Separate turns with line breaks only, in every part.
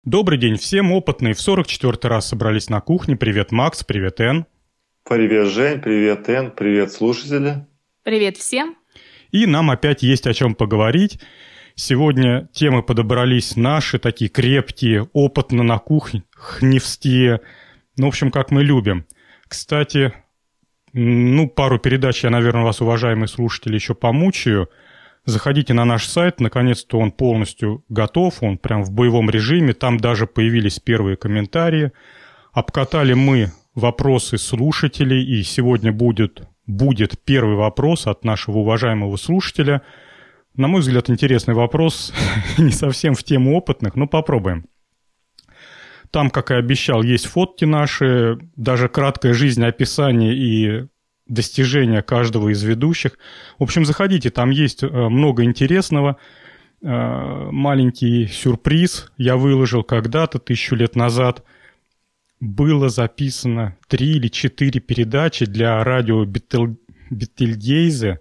Добрый день всем, опытные в 44-й раз собрались на кухне. Привет, Макс, привет, Эн.
Привет, Жень, привет, Эн, привет, слушатели.
Привет всем.
И нам опять есть о чем поговорить. Сегодня темы подобрались наши, такие крепкие, опытно на кухне, хневские. Ну, в общем, как мы любим. Кстати, пару передач я, наверное, вас, уважаемые слушатели, еще помучаю. Заходите на наш сайт, наконец-то он полностью готов, он прям в боевом режиме, там даже появились первые комментарии. Обкатали мы вопросы слушателей, и сегодня будет первый вопрос от нашего уважаемого слушателя. На мой взгляд, интересный вопрос, не совсем в тему опытных, но попробуем. Там, как и обещал, есть фотки наши, даже краткое жизнеописание и достижения каждого из ведущих. В общем, заходите, там есть много интересного. Маленький сюрприз я выложил когда-то, 1000 лет назад. Было записано 3 или 4 передачи для радио Бетельгейзе,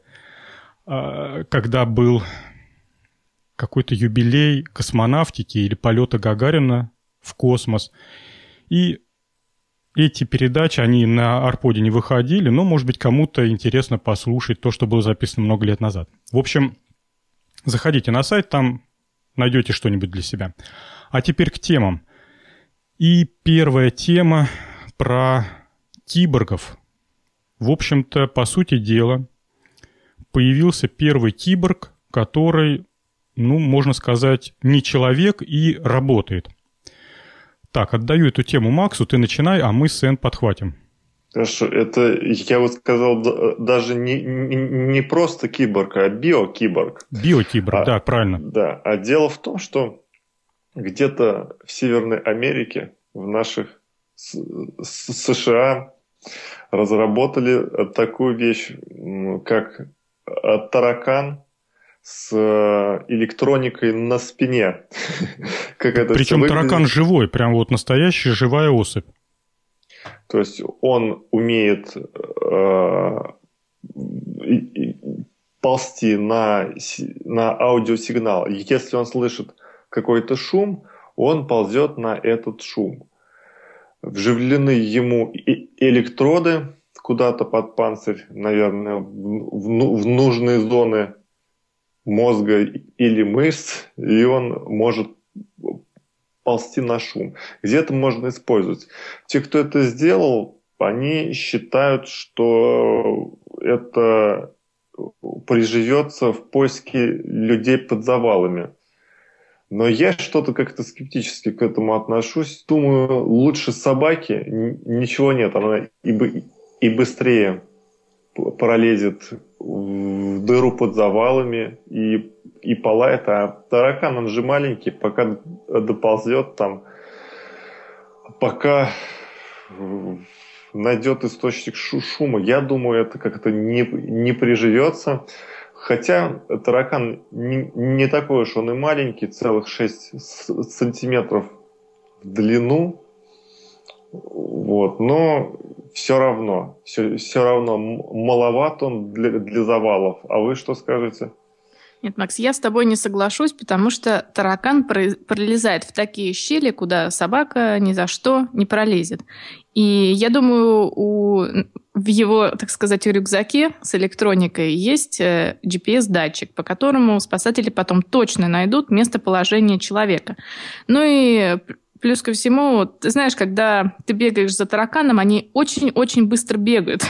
когда был какой-то юбилей космонавтики или полета Гагарина в космос. И эти передачи, они на Арподе не выходили, но, может быть, кому-то интересно послушать то, что было записано много лет назад. В общем, заходите на сайт, там найдете что-нибудь для себя. А теперь к темам. И первая тема про киборгов. В общем-то, по сути дела, появился первый киборг, который, можно сказать, не человек и работает. Так, отдаю эту тему Максу, ты начинай, а мы с Эн подхватим.
Хорошо, это, я бы сказал, даже не просто киборг, а биокиборг.
Биокиборг, да, правильно.
Да, а дело в том, что где-то в Северной Америке, в наших США, разработали такую вещь, как таракан с электроникой на спине.
Причем таракан живой, прям вот настоящая живая особь.
То есть он умеет ползти на аудиосигнал. Если он слышит какой-то шум, он ползет на этот шум. Вживлены ему электроды куда-то под панцирь, наверное, в нужные зоны мозга или мышц, и он может ползти на шум. Где это можно использовать? Те, кто это сделал, они считают, что это приживется в поиске людей под завалами. Но я что-то как-то скептически к этому отношусь. Думаю, лучше собаки ничего нет. Она и быстрее пролезет в дыру под завалами и полает, а таракан, он же маленький, пока доползет там, пока найдет источник шума, я думаю, это как-то не приживется. Хотя таракан не такой уж он и маленький, целых 6 сантиметров в длину. Вот, но все равно маловат он для завалов. А вы что скажете?
Нет, Макс, я с тобой не соглашусь, потому что таракан пролезает в такие щели, куда собака ни за что не пролезет. И я думаю, в его, так сказать, рюкзаке с электроникой есть GPS-датчик, по которому спасатели потом точно найдут местоположение человека. Ну и плюс ко всему, ты знаешь, когда ты бегаешь за тараканом, они очень-очень быстро бегают.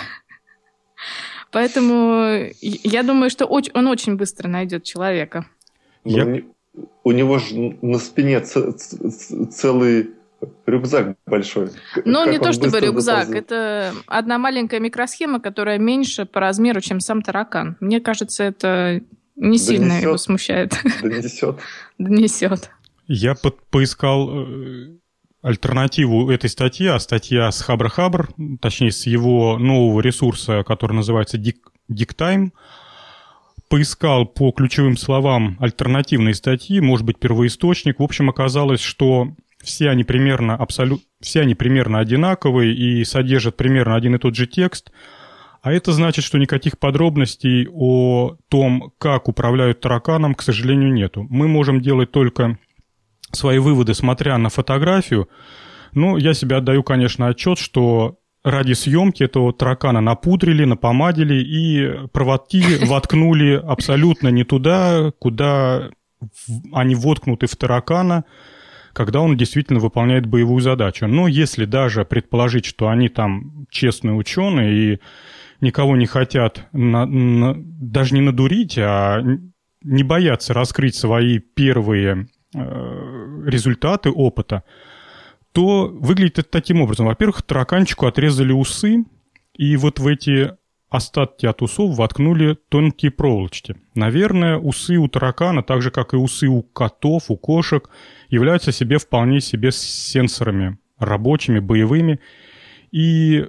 Поэтому я думаю, что он очень быстро найдет человека.
У него же на спине целый рюкзак большой.
Ну, не то чтобы рюкзак. Это одна маленькая микросхема, которая меньше по размеру, чем сам таракан. Мне кажется, это не сильно его смущает. Донесет.
Я поискал альтернативу этой статье, а статья с Хабр-Хабр, точнее, с его нового ресурса, который называется DigTime, поискал по ключевым словам альтернативные статьи, может быть, первоисточник. В общем, оказалось, что все они примерно одинаковые и содержат примерно один и тот же текст. А это значит, что никаких подробностей о том, как управляют тараканом, к сожалению, нету. Мы можем делать только свои выводы, смотря на фотографию. Но я себе отдаю, конечно, отчет, что ради съемки этого таракана напудрили, напомадили и проводки воткнули абсолютно не туда, куда они воткнуты в таракана, когда он действительно выполняет боевую задачу. Но если даже предположить, что они там честные ученые и никого не хотят даже не надурить, а не боятся раскрыть свои первые результаты опыта, то выглядит это таким образом. Во-первых, тараканчику отрезали усы, и вот в эти остатки от усов воткнули тонкие проволочки. Наверное, усы у таракана, так же, как и усы у котов, у кошек, являются вполне себе сенсорами рабочими, боевыми. И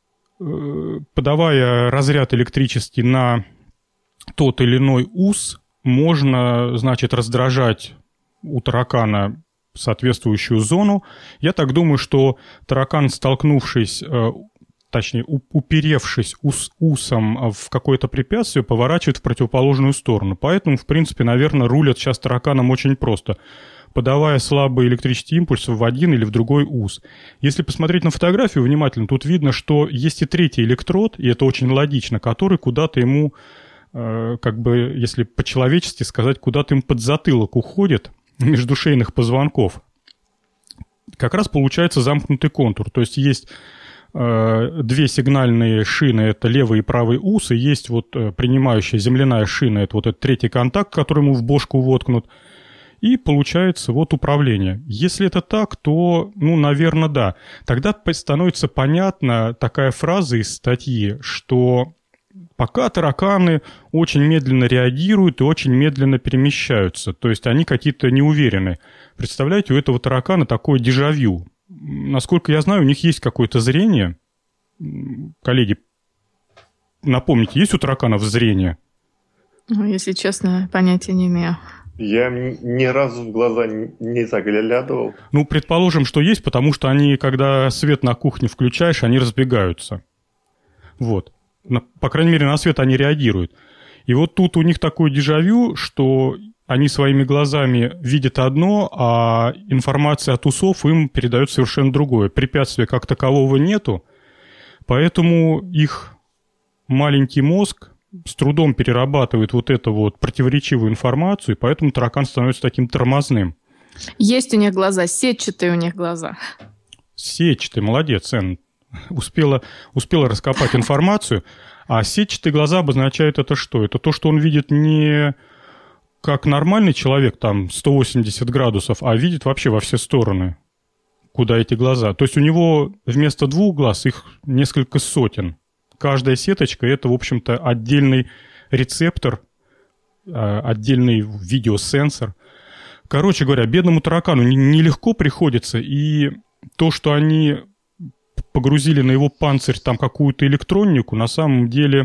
подавая разряд электрический на тот или иной ус, можно, значит, раздражать у таракана соответствующую зону. Я так думаю, что таракан, столкнувшись, точнее, уперевшись усом в какое-то препятствие, поворачивает в противоположную сторону. Поэтому, в принципе, наверное, рулят сейчас тараканом очень просто, подавая слабые электрические импульсы в один или в другой ус. Если посмотреть на фотографию внимательно, тут видно, что есть и третий электрод, и это очень логично, который куда-то ему, как бы, если по-человечески сказать, куда-то им под затылок уходит между шейных позвонков. Как раз получается замкнутый контур. То есть есть две сигнальные шины, это левый и правый ус, и есть вот принимающая земляная шина, это вот этот третий контакт, который ему в бошку воткнут, и получается вот управление. Если это так, то, наверное, да. Тогда становится понятна такая фраза из статьи, что пока тараканы очень медленно реагируют и очень медленно перемещаются, то есть они какие-то неуверенные. Представляете, у этого таракана такое дежавю. Насколько я знаю, у них есть какое-то зрение. Коллеги, напомните, есть у тараканов зрение?
Если честно, понятия не имею.
Я ни разу в глаза не заглядывал.
Предположим, что есть, потому что они, когда свет на кухне включаешь, они разбегаются. Вот. По крайней мере, на свет они реагируют. И вот тут у них такое дежавю, что они своими глазами видят одно, а информация от усов им передает совершенно другое. Препятствия как такового нету, поэтому их маленький мозг с трудом перерабатывает вот эту вот противоречивую информацию, и поэтому таракан становится таким тормозным.
Есть у них глаза, сетчатые у них глаза.
Сетчатые, молодец, Энн. Успела раскопать информацию. А сетчатые глаза обозначают это что? Это то, что он видит не как нормальный человек, там, 180 градусов, а видит вообще во все стороны, куда эти глаза. То есть у него вместо 2 глаз их несколько сотен. Каждая сеточка – это, в общем-то, отдельный рецептор, отдельный видеосенсор. Короче говоря, бедному таракану нелегко приходится, и то, что они погрузили на его панцирь там какую-то электронику, на самом деле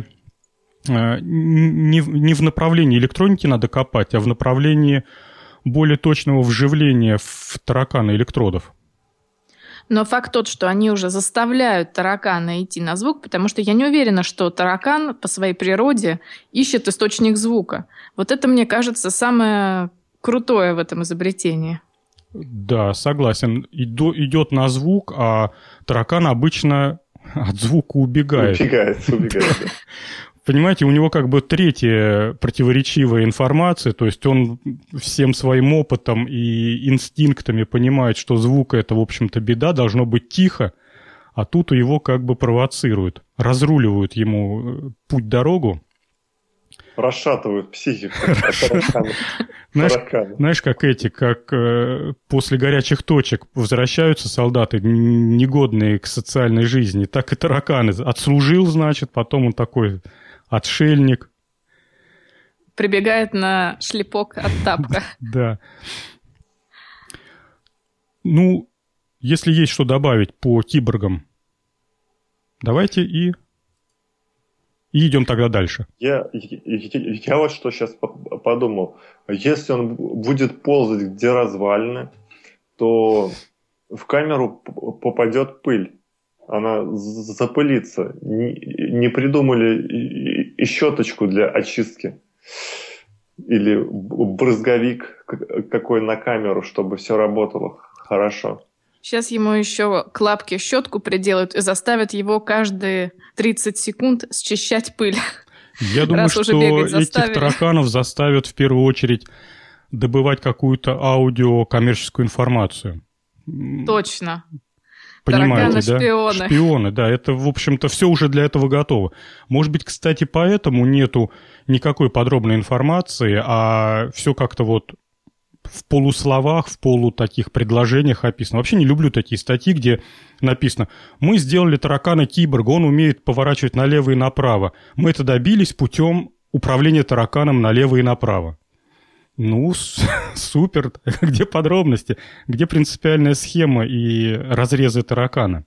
не в направлении электроники надо копать, а в направлении более точного вживления в таракана электродов.
Но факт тот, что они уже заставляют таракана идти на звук, потому что я не уверена, что таракан по своей природе ищет источник звука. Вот это, мне кажется, самое крутое в этом изобретении.
Да, согласен. Идет на звук, а таракан обычно от звука убегает.
Убегает.
Понимаете, у него как бы третья противоречивая информация, то есть он всем своим опытом и инстинктами понимает, что звук – это, в общем-то, беда, должно быть тихо, а тут его как бы провоцируют, разруливают ему путь-дорогу.
Расшатывают психику таракана.
Знаешь, как после горячих точек возвращаются солдаты, негодные к социальной жизни, так и тараканы. Отслужил, значит, потом он такой отшельник.
Прибегает на шлепок от тапка.
Да. Если есть что добавить по киборгам, давайте и идем тогда дальше.
Я вот что сейчас подумал. Если он будет ползать где развалины, то в камеру попадет пыль. Она запылится. Не придумали и щеточку для очистки. или брызговик какой на камеру, чтобы все работало хорошо.
Сейчас ему еще к лапке щетку приделают и заставят его каждые 30 секунд счищать пыль.
Я думаю, что этих тараканов заставят в первую очередь добывать какую-то аудиокоммерческую информацию.
Точно.
Понимаете,
тараканы-шпионы.
Да? Шпионы, да. Это, в общем-то, все уже для этого готово. Может быть, кстати, поэтому нету никакой подробной информации, а все как-то вот в полусловах, в полу таких предложениях описано. Вообще не люблю такие статьи, где написано: мы сделали таракана-киборга, он умеет поворачивать налево и направо. Мы это добились путем управления тараканом налево и направо. Ну, супер. Где подробности? Где принципиальная схема и разрезы таракана?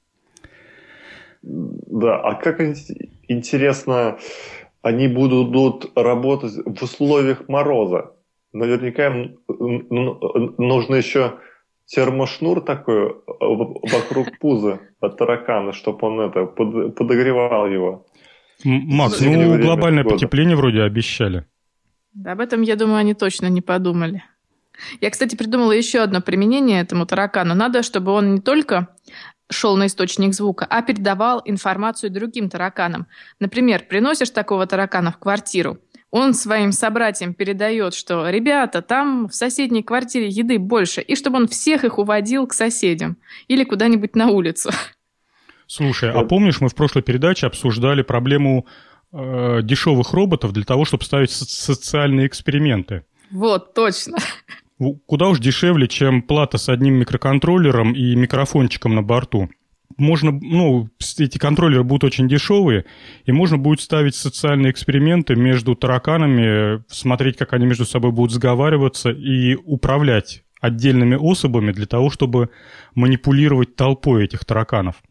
Да, а как интересно, они будут работать в условиях мороза? Наверняка им нужно еще термошнур такой вокруг пуза от таракана, чтобы он подогревал его.
Макс, глобальное потепление вроде обещали.
Да, об этом, я думаю, они точно не подумали. Я, кстати, придумала еще одно применение этому таракану. Надо, чтобы он не только шел на источник звука, а передавал информацию другим тараканам. Например, приносишь такого таракана в квартиру, он своим собратьям передает, что «ребята, там в соседней квартире еды больше», и чтобы он всех их уводил к соседям или куда-нибудь на улицу.
Слушай, а помнишь, мы в прошлой передаче обсуждали проблему дешевых роботов для того, чтобы ставить социальные эксперименты?
Вот, точно.
Куда уж дешевле, чем плата с одним микроконтроллером и микрофончиком на борту. Можно, эти контроллеры будут очень дешевые, и можно будет ставить социальные эксперименты между тараканами, смотреть, как они между собой будут сговариваться и управлять отдельными особами для того, чтобы манипулировать толпой этих тараканов.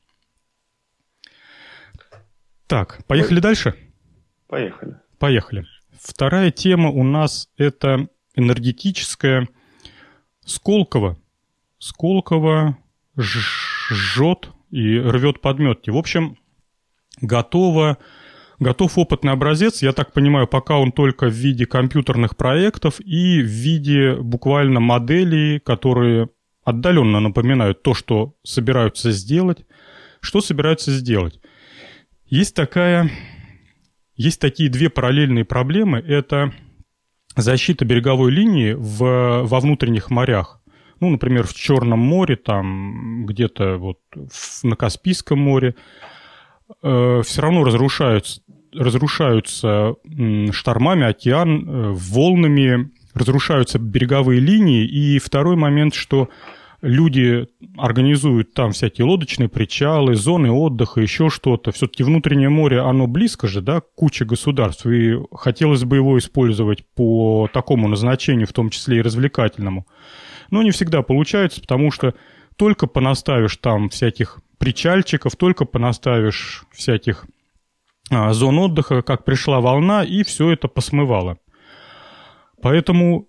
Так, поехали дальше? Поехали. Вторая тема у нас это энергетическая. Сколково жжет и рвет подметки. В общем, готов опытный образец. Я так понимаю, пока он только в виде компьютерных проектов и в виде буквально моделей, которые отдаленно напоминают то, что собираются сделать. Что собираются сделать? Есть такие две параллельные проблемы. Это защита береговой линии во внутренних морях. Ну, например, в Черном море, там где-то вот на Каспийском море. Все равно разрушаются штормами океан, волнами, разрушаются береговые линии. И второй момент, что люди организуют там всякие лодочные причалы, зоны отдыха, еще что-то. Все-таки внутреннее море, оно близко же, да, к куче государств, и хотелось бы его использовать по такому назначению, в том числе и развлекательному. Но не всегда получается, потому что только понаставишь там всяких причальчиков, только понаставишь всяких зон отдыха, как пришла волна, и все это посмывало. Поэтому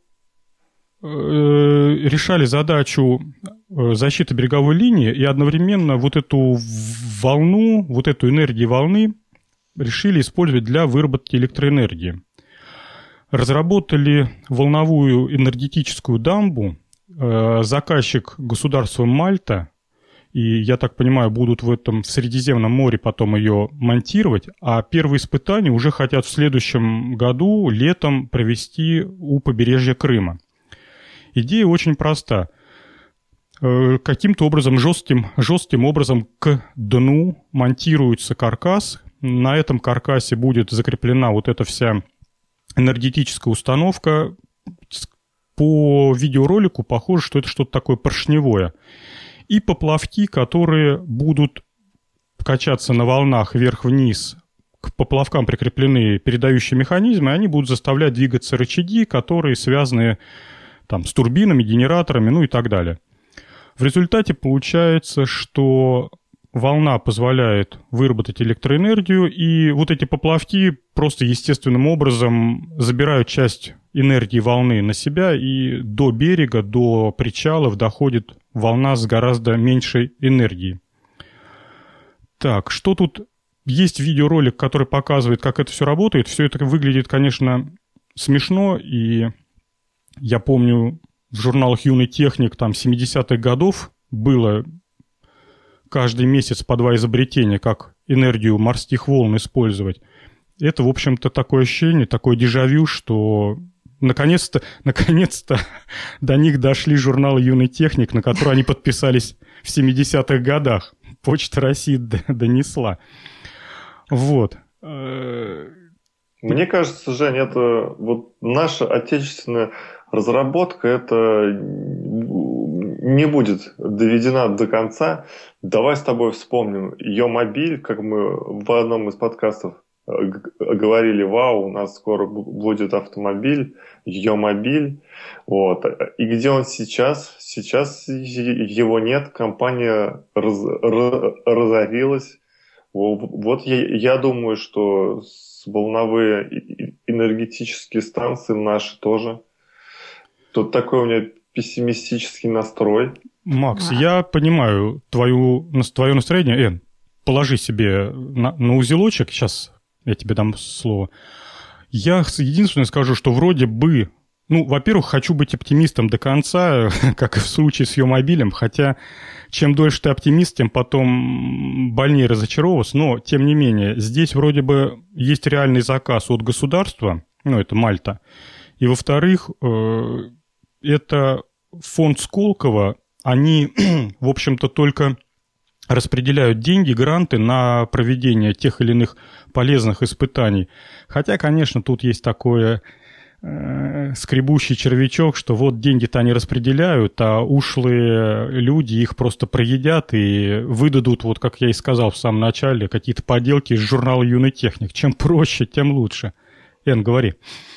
решали задачу защиты береговой линии и одновременно вот эту волну, вот эту энергию волны решили использовать для выработки электроэнергии. Разработали волновую энергетическую дамбу. Заказчик государство Мальта, и, я так понимаю, будут в Средиземном море потом ее монтировать, а первые испытания уже хотят в следующем году летом провести у побережья Крыма. Идея очень проста. Каким-то образом, жестким образом к дну монтируется каркас. На этом каркасе будет закреплена вот эта вся энергетическая установка. По видеоролику похоже, что это что-то такое поршневое. И поплавки, которые будут качаться на волнах вверх-вниз. К поплавкам прикреплены передающие механизмы, и они будут заставлять двигаться рычаги, которые связаны там с турбинами, генераторами, ну и так далее. В результате получается, что волна позволяет выработать электроэнергию, и вот эти поплавки просто естественным образом забирают часть энергии волны на себя, и до берега, до причалов доходит волна с гораздо меньшей энергией. Так, что тут? Есть видеоролик, который показывает, как это все работает. Все это выглядит, конечно, смешно, и я помню, в журналах «Юный техник» там 70-х годов было каждый месяц по 2 изобретения, как энергию морских волн использовать. Это, в общем-то, такое ощущение, такое дежавю, что наконец-то до них дошли журналы «Юный техник», на который они подписались в 70-х годах. Почта России донесла. Вот.
Мне кажется, Жень, это вот наша отечественная разработка, это не будет доведена до конца. Давай с тобой вспомним Йомобиль, как мы в одном из подкастов говорили, вау, у нас скоро будет автомобиль, Йомобиль. Вот. И где он сейчас? Сейчас его нет, компания разорилась. Вот я думаю, что волновые энергетические станции наши тоже. Тут такой у меня пессимистический настрой.
Макс, я понимаю твое настроение. Положи себе на узелочек, сейчас я тебе дам слово. Я единственное скажу, что вроде бы... во-первых, хочу быть оптимистом до конца, как и в случае с Йомобилем, хотя чем дольше ты оптимист, тем потом больнее разочаровываться, но, тем не менее, здесь вроде бы есть реальный заказ от государства, это Мальта, и, во-вторых, это фонд Сколково, они, в общем-то, только распределяют деньги, гранты на проведение тех или иных полезных испытаний, хотя, конечно, тут есть такое... скребущий червячок, что вот деньги-то они распределяют, а ушлые люди их просто проедят и выдадут, вот как я и сказал в самом начале, какие-то поделки из журнала «Юный техник». Чем проще, тем лучше. Эн, говори.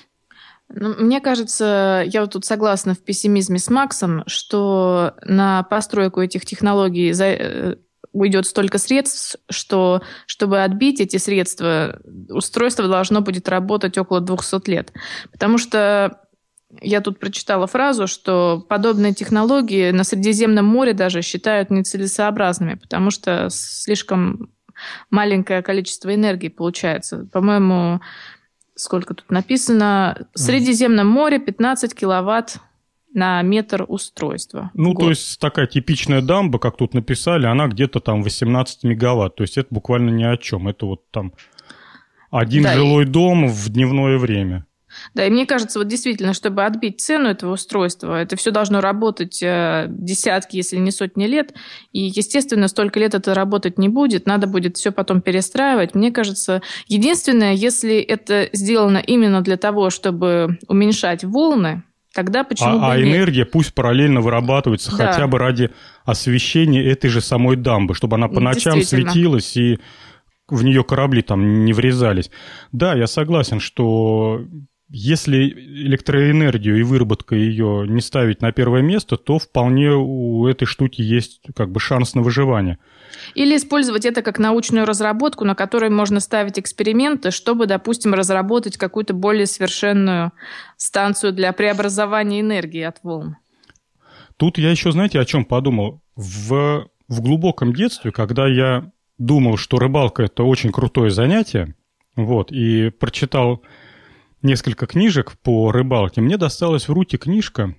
Мне кажется, я вот тут согласна в пессимизме с Максом, что на постройку этих технологий уйдет столько средств, что, чтобы отбить эти средства, устройство должно будет работать около 200 лет. Потому что я тут прочитала фразу, что подобные технологии на Средиземном море даже считают нецелесообразными, потому что слишком маленькое количество энергии получается. По-моему, сколько тут написано? В Средиземном море 15 киловатт на метр устройства.
То есть такая типичная дамба, как тут написали, она где-то там 18 мегаватт. То есть это буквально ни о чем. Это вот там один жилой дом в дневное время.
Да, и мне кажется, вот действительно, чтобы отбить цену этого устройства, это все должно работать десятки, если не сотни лет. И, естественно, столько лет это работать не будет. Надо будет все потом перестраивать. Мне кажется, единственное, если это сделано именно для того, чтобы уменьшать волны, тогда почему бы нет?
Энергия пусть параллельно вырабатывается хотя бы ради освещения этой же самой дамбы, чтобы она по ночам светилась и в нее корабли там не врезались. Да, я согласен, что если электроэнергию и выработка ее не ставить на первое место, то вполне у этой штуки есть как бы шанс на выживание.
Или использовать это как научную разработку, на которой можно ставить эксперименты, чтобы, допустим, разработать какую-то более совершенную станцию для преобразования энергии от волн.
Тут я еще, знаете, о чем подумал? В глубоком детстве, когда я думал, что рыбалка – это очень крутое занятие, и прочитал несколько книжек по рыбалке, мне досталась в руки книжка,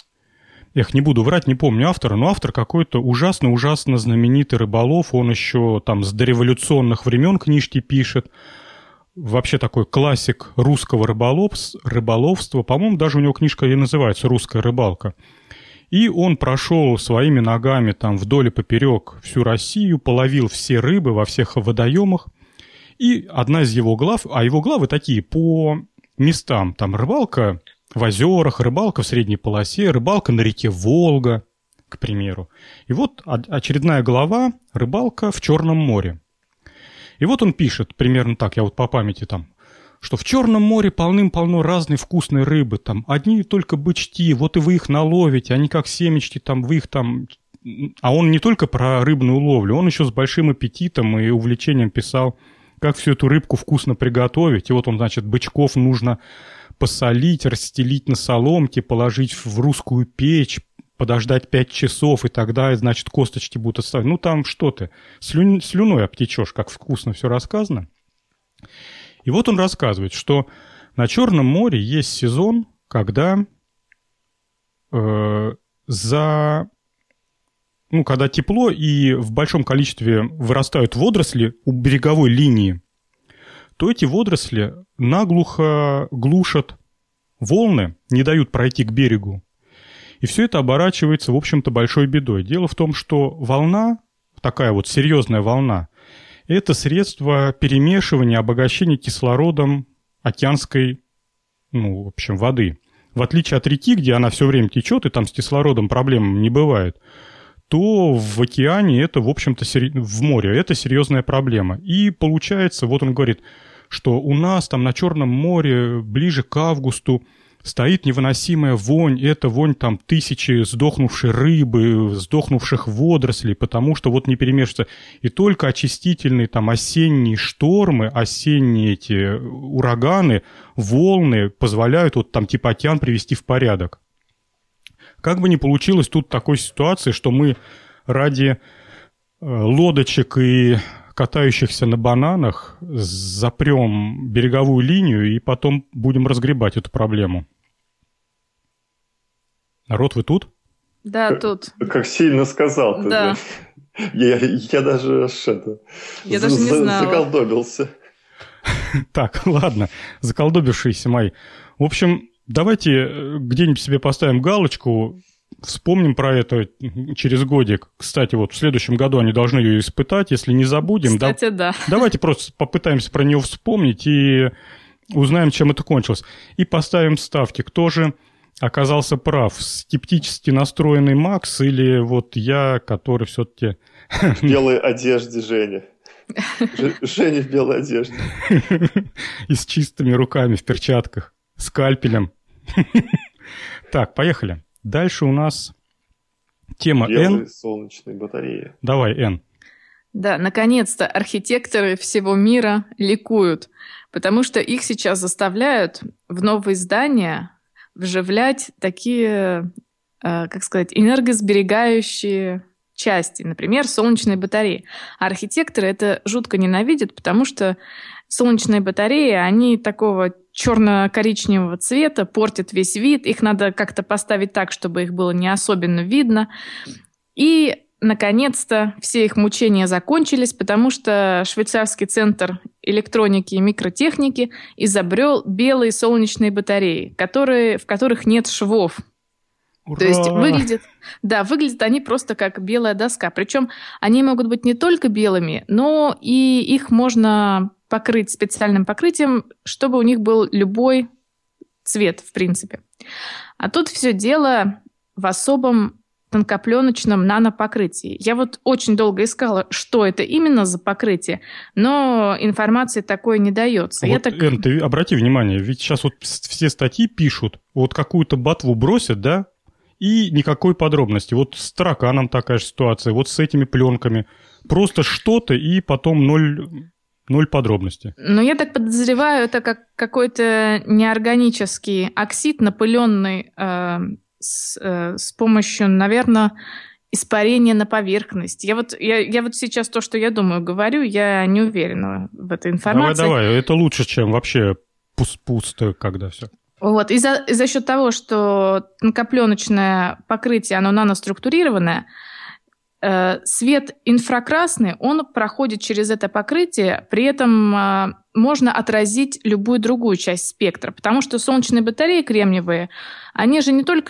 не буду врать, не помню автора, но автор какой-то ужасно-ужасно знаменитый рыболов, он еще там с дореволюционных времен книжки пишет, вообще такой классик русского рыболовства, по-моему, даже у него книжка и называется «Русская рыбалка». И он прошел своими ногами там вдоль и поперек всю Россию, половил все рыбы во всех водоемах. И одна из его глав, а его главы такие по местам, там рыбалка в озерах, рыбалка в средней полосе, рыбалка на реке Волга, к примеру. И вот очередная глава «Рыбалка в Черном море». И вот он пишет примерно так, я вот по памяти там, что в Черном море полным-полно разной вкусной рыбы, там одни только бычки, вот и вы их наловите, они как семечки, там вы их там... А он не только про рыбную ловлю, он еще с большим аппетитом и увлечением писал, как всю эту рыбку вкусно приготовить. И вот он, значит, бычков нужно посолить, расстелить на соломке, положить в русскую печь, подождать 5 часов, и тогда, значит, косточки будут оставить. Там что ты, слюной обтечешь, как вкусно все рассказано. И вот он рассказывает, что На Черном море есть сезон, когда когда тепло и в большом количестве вырастают водоросли у береговой линии, то эти водоросли наглухо глушат волны, не дают пройти к берегу. И все это оборачивается, в общем-то, большой бедой. Дело в том, что волна, такая вот серьезная волна, это средство перемешивания, обогащения кислородом океанской, воды. В отличие от реки, где она все время течет, и там с кислородом проблем не бывает, то в океане это, в общем-то, в море, это серьезная проблема. И получается, вот он говорит, что у нас там на Черном море ближе к августу стоит невыносимая вонь, это вонь там тысячи сдохнувшей рыбы, сдохнувших водорослей, потому что вот не перемешивается. И только очистительные там осенние штормы, осенние эти ураганы, волны позволяют вот там типа океан привести в порядок. Как бы ни получилось тут такой ситуации, что мы ради лодочек и катающихся на бананах запрем береговую линию и потом будем разгребать эту проблему. Народ, вы тут?
Да, тут.
Как сильно сказал ты.
Да.
Я даже
Я даже не знала.
Заколдобился.
Так, ладно, заколдобившиеся мои. В общем, давайте где-нибудь себе поставим галочку, вспомним про это через годик. Кстати, вот в следующем году они должны ее испытать, если не забудем.
Кстати, да.
Давайте просто попытаемся про нее вспомнить и узнаем, чем это кончилось. И поставим ставки. Кто же оказался прав? Скептически настроенный Макс или вот я, который все-таки...
В белой одежде Женя. Женя в белой одежде.
И с чистыми руками в перчатках, скальпелем. Так, поехали. Дальше у нас тема
Белые
N.
солнечные батареи.
Давай, N.
Да, наконец-то архитекторы всего мира ликуют, потому что их сейчас заставляют в новые здания вживлять такие, энергосберегающие части, например, солнечные батареи. А архитекторы это жутко ненавидят, потому что солнечные батареи, они такого черно-коричневого цвета, портят весь вид, их надо как-то поставить так, чтобы их было не особенно видно. И, наконец-то, все их мучения закончились, потому что швейцарский центр электроники и микротехники изобрел белые солнечные батареи, в которых нет швов.
Ура!
То есть выглядят они просто как белая доска. Причем они могут быть не только белыми, но и их можно покрыть специальным покрытием, чтобы у них был любой цвет, в принципе. А тут все дело в особом тонкопленочном нанопокрытии. Я вот очень долго искала, что это именно за покрытие, но информации такой не дается.
Эн, ты обрати внимание, ведь сейчас вот все статьи пишут, вот какую-то ботву бросят, да, и никакой подробности. Вот с тараканом такая же ситуация, вот с этими пленками. Просто что-то и потом ноль подробностей.
Но я так подозреваю, это как какой-то неорганический оксид, напыленный с помощью, наверное, испарения на поверхность. Я вот сейчас то, что я думаю, говорю, я не уверена в этой информации.
Давай, это лучше, чем вообще пусто, когда все.
Вот, и за счет того, что тонкопленочное покрытие, оно наноструктурированное, свет инфракрасный, он проходит через это покрытие, при этом можно отразить любую другую часть спектра, потому что солнечные батареи кремниевые, они же не только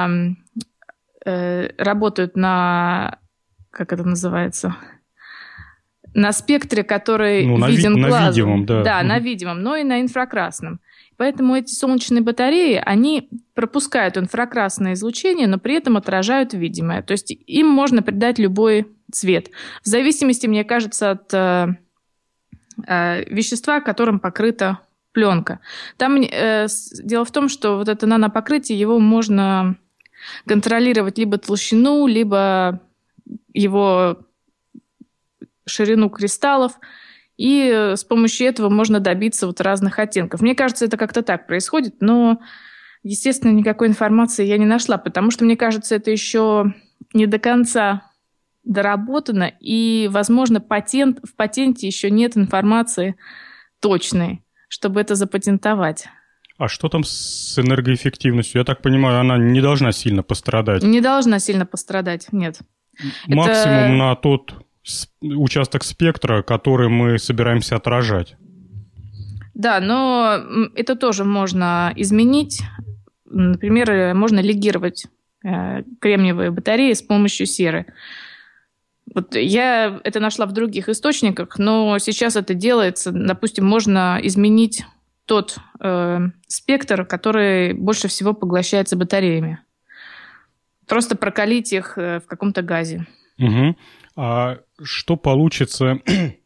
работают на, как это называется, на спектре, который виден глазом.
На видимом, да.
Да, на видимом, но и на инфракрасном. Поэтому эти солнечные батареи, они пропускают инфракрасное излучение, но при этом отражают видимое. То есть им можно придать любой цвет. В зависимости, мне кажется, от вещества, которым покрыта пленка. Там дело в том, что вот это нанопокрытие, его можно контролировать либо толщину, либо его ширину кристаллов. И с помощью этого можно добиться вот разных оттенков. Мне кажется, это как-то так происходит, но, естественно, никакой информации я не нашла, потому что, мне кажется, это еще не до конца доработано, и, возможно, в патенте еще нет информации точной, чтобы это запатентовать.
А что там с энергоэффективностью? Я так понимаю, она не должна сильно пострадать.
Не должна сильно пострадать, нет.
Максимум на тот участок спектра, который мы собираемся отражать.
Да, но это тоже можно изменить. Например, можно легировать кремниевые батареи с помощью серы. Вот я это нашла в других источниках, но сейчас это делается. Допустим, можно изменить тот спектр, который больше всего поглощается батареями. Просто прокалить их в каком-то газе.
Угу. А что получится,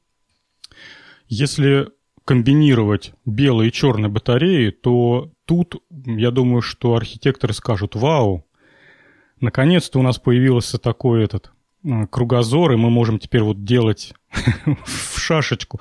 если комбинировать белые и черные батареи, то тут, я думаю, что архитекторы скажут: вау, наконец-то у нас появился такой кругозор, и мы можем теперь вот делать в шашечку.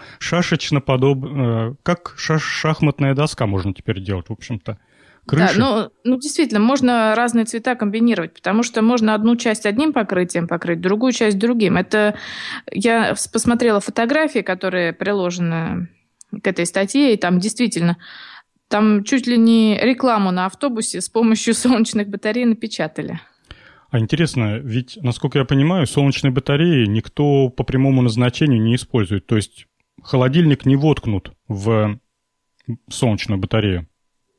Как шахматная доска можно теперь делать, в общем-то. Крыши.
Да, ну действительно, можно разные цвета комбинировать, потому что можно одну часть одним покрытием покрыть, другую часть другим. Это я посмотрела фотографии, которые приложены к этой статье, и там действительно, там чуть ли не рекламу на автобусе с помощью солнечных батарей напечатали.
А интересно, ведь, насколько я понимаю, солнечные батареи никто по прямому назначению не использует. То есть холодильник не воткнут в солнечную батарею.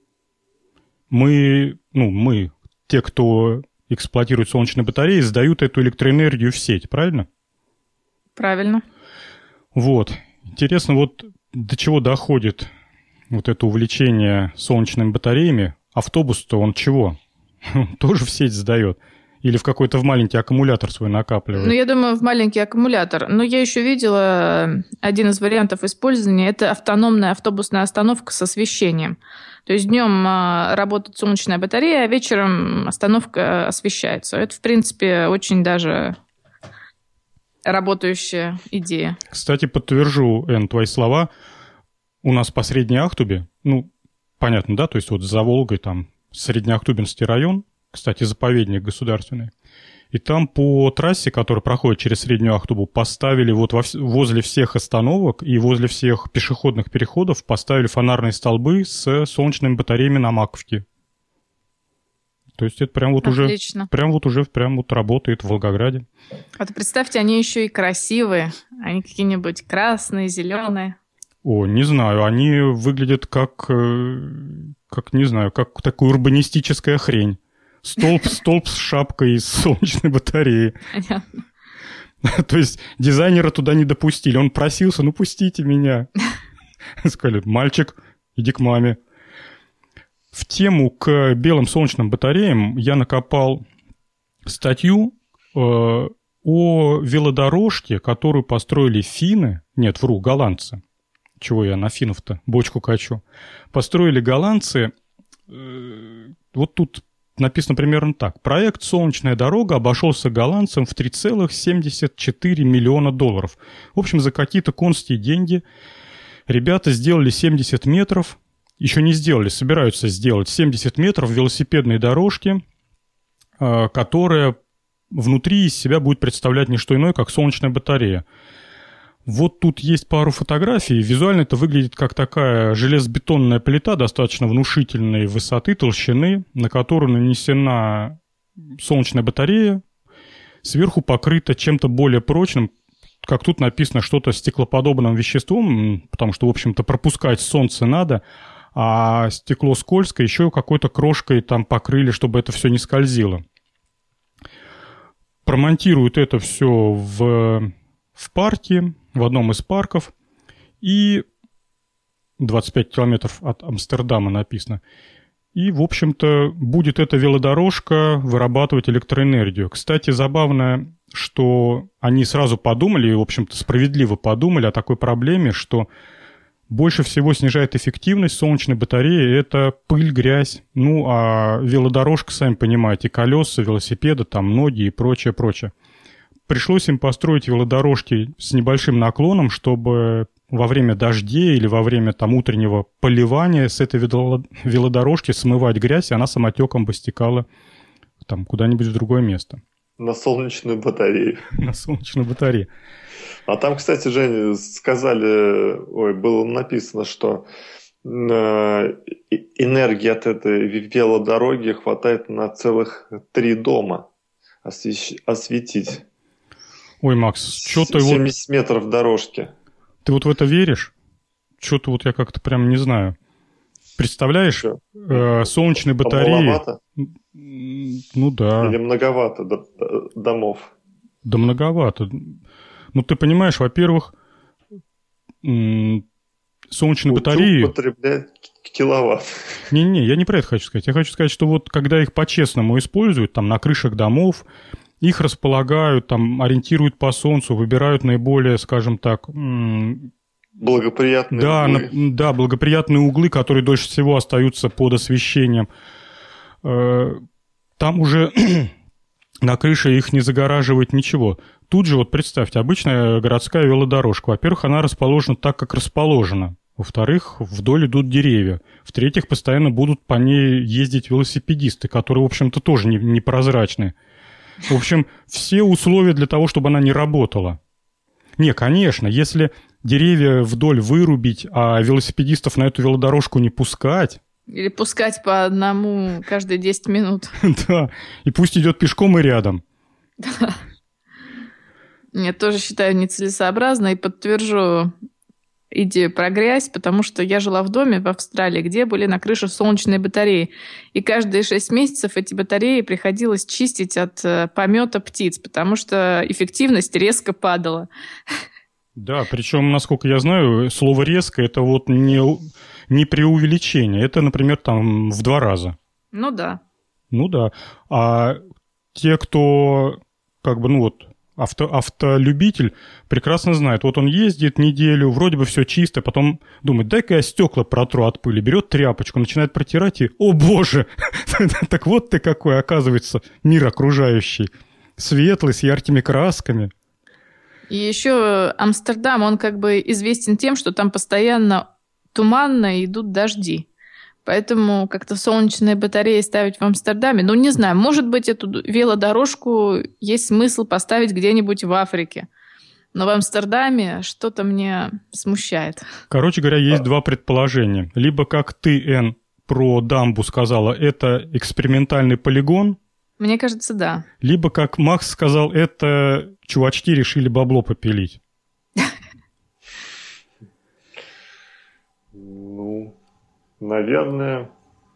Мы, те, кто эксплуатирует солнечные батареи, сдают эту электроэнергию в сеть, правильно?
Правильно.
Вот. Интересно, вот до чего доходит вот это увлечение солнечными батареями. Автобус-то он чего? Тоже в сеть сдает? Или в какой-то маленький аккумулятор свой накапливает?
Я думаю, в маленький аккумулятор. Но я еще видела один из вариантов использования. Это автономная автобусная остановка с освещением. То есть днем работает солнечная батарея, а вечером остановка освещается. Это, в принципе, очень даже работающая идея.
Кстати, подтвержу, Эн, твои слова. У нас по Средней Ахтубе, понятно, да, то есть вот за Волгой там Среднеахтубинский район, кстати, заповедник государственный. И там по трассе, которая проходит через Среднюю Ахтубу, поставили вот возле всех остановок и возле всех пешеходных переходов поставили фонарные столбы с солнечными батареями на Маковке. То есть это прям вот уже работает в Волгограде.
Вот представьте, они еще и красивые. Они какие-нибудь красные, зеленые.
О, не знаю, они выглядят как такая урбанистическая хрень. Столб с шапкой из солнечной батареи.
Понятно.
То есть дизайнера туда не допустили. Он просился: пустите меня. Сказали: мальчик, иди к маме. В тему к белым солнечным батареям я накопал статью о велодорожке, которую построили финны. Нет, вру, голландцы. Чего я на финнов-то бочку качу. Построили голландцы. Вот тут написано примерно так. Проект «Солнечная дорога» обошелся голландцам в $3,74 миллиона. В общем, за какие-то конские деньги ребята сделали 70 метров, еще не сделали, собираются сделать 70 метров велосипедной дорожки, которая внутри из себя будет представлять не что иное, как солнечная батарея. Вот тут есть пару фотографий. Визуально это выглядит как такая железобетонная плита достаточно внушительной высоты, толщины, на которую нанесена солнечная батарея, сверху покрыта чем-то более прочным, как тут написано, что-то стеклоподобным веществом, потому что, в общем-то, пропускать солнце надо, а стекло скользкое, еще какой-то крошкой там покрыли, чтобы это все не скользило. Промонтируют это все в парке, в одном из парков, и 25 километров от Амстердама написано. И, в общем-то, будет эта велодорожка вырабатывать электроэнергию. Кстати, забавно, что они сразу подумали, и, в общем-то, справедливо подумали о такой проблеме, что больше всего снижает эффективность солнечной батареи – это пыль, грязь. А велодорожка, сами понимаете, колеса, велосипеда, там ноги и прочее. Пришлось им построить велодорожки с небольшим наклоном, чтобы во время дождей или во время утреннего поливания с этой велодорожки смывать грязь, и она самотеком бы стекала куда-нибудь в другое место.
На солнечную батарею.
На солнечную батарею.
А там, кстати, Женя, сказали, было написано, что энергии от этой велодороги хватает на целых 3 дома осветить.
Ой, Макс, что ты
70 метров дорожки.
Ты вот в это веришь? Что-то вот я как-то прям не знаю. Представляешь, солнечные батареи...
Маловато?
Ну да.
Или многовато домов?
Да многовато. Ну ты понимаешь, во-первых, солнечные батареи...
потребляет киловатт.
Не-не, я не про это хочу сказать. Я хочу сказать, что вот когда их по-честному используют, там на крышах домов, их располагают, там ориентируют по солнцу, выбирают наиболее, скажем так...
Благоприятные углы.
Да, благоприятные углы, которые дольше всего остаются под освещением. Там уже на крыше их не загораживает ничего. Тут же, вот представьте, обычная городская велодорожка. Во-первых, она расположена так, как расположена. Во-вторых, вдоль идут деревья. В-третьих, постоянно будут по ней ездить велосипедисты, которые, в общем-то, тоже непрозрачные. В общем, все условия для того, чтобы она не работала. Не, конечно, если деревья вдоль вырубить, а велосипедистов на эту велодорожку не пускать...
Или пускать по одному каждые 10 минут.
Да, и пусть идет пешком и рядом.
Да. Я тоже считаю нецелесообразно и подтвержу идею про грязь, потому что я жила в доме в Австралии, где были на крыше солнечные батареи. И каждые 6 месяцев эти батареи приходилось чистить от помета птиц, потому что эффективность резко падала.
Да, причем, насколько я знаю, слово «резко» — это вот не преувеличение. Это, например, там в 2 раза.
Ну да.
Ну да. А те, кто как бы, ну вот, автолюбитель, прекрасно знает. Вот он ездит неделю, вроде бы все чисто, потом думает, дай-ка я стекла протру от пыли. Берет тряпочку, начинает протирать и, о боже, так вот ты какой, оказывается, мир окружающий. Светлый, с яркими красками.
И еще Амстердам, он как бы известен тем, что там постоянно туманно и идут дожди. Поэтому как-то солнечные батареи ставить в Амстердаме, ну, не знаю, может быть, эту велодорожку есть смысл поставить где-нибудь в Африке. Но в Амстердаме что-то мне смущает.
Короче говоря, есть 2 предположения. Либо, как ты, Энн, про дамбу сказала, это экспериментальный полигон.
Мне кажется, да.
Либо, как Макс сказал, это чувачки решили бабло попилить.
Ну, наверное...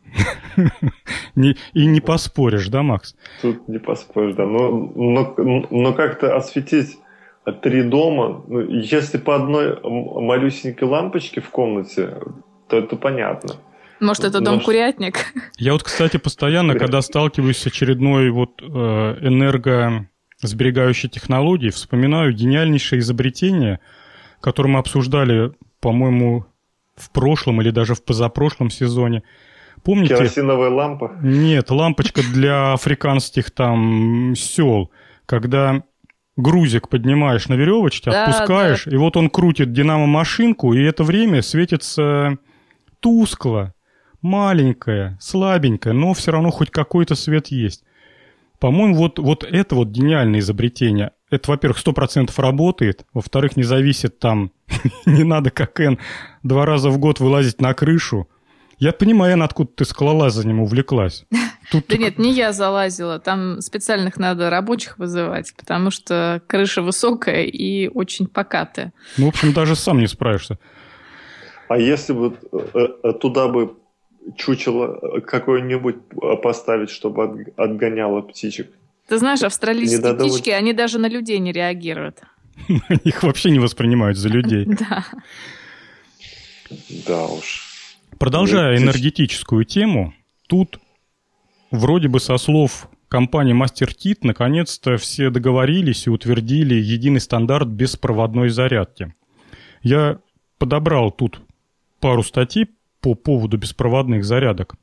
И не поспоришь, да, Макс?
Тут не поспоришь, да. Но как-то осветить 3 дома, ну, если по одной малюсенькой лампочке в комнате, то это понятно.
Может, это дом-курятник?
Я вот, кстати, постоянно, когда сталкиваюсь с очередной вот энергосберегающей технологией, вспоминаю гениальнейшее изобретение, которое мы обсуждали, по-моему, в прошлом или даже в позапрошлом сезоне. Помните?
Керосиновая лампа?
Нет, лампочка для африканских там сел, когда грузик поднимаешь на веревочке, отпускаешь, и вот он крутит динамо-машинку, и это время светится тускло, маленькое, слабенькое, но все равно хоть какой-то свет есть. По-моему, вот это вот гениальное изобретение. Это, во-первых, 100% работает, во-вторых, не зависит там, не надо, как Энн, 2 раза в год вылазить на крышу. Я понимаю, Энн, откуда ты скалолазанием увлеклась.
Да нет, не я залазила, там специальных надо рабочих вызывать, потому что крыша высокая и очень покатая.
Ну, в общем, даже сам не справишься.
А если бы туда бы чучело какое-нибудь поставить, чтобы отгоняло птичек?
Ты знаешь, австралийские птички, они даже на людей не реагируют.
Их вообще не воспринимают за людей.
Да.
Да уж.
Продолжая энергетическую тему, тут вроде бы со слов компании MasterKit наконец-то все договорились и утвердили единый стандарт беспроводной зарядки. Я подобрал тут пару статей по поводу беспроводных зарядок.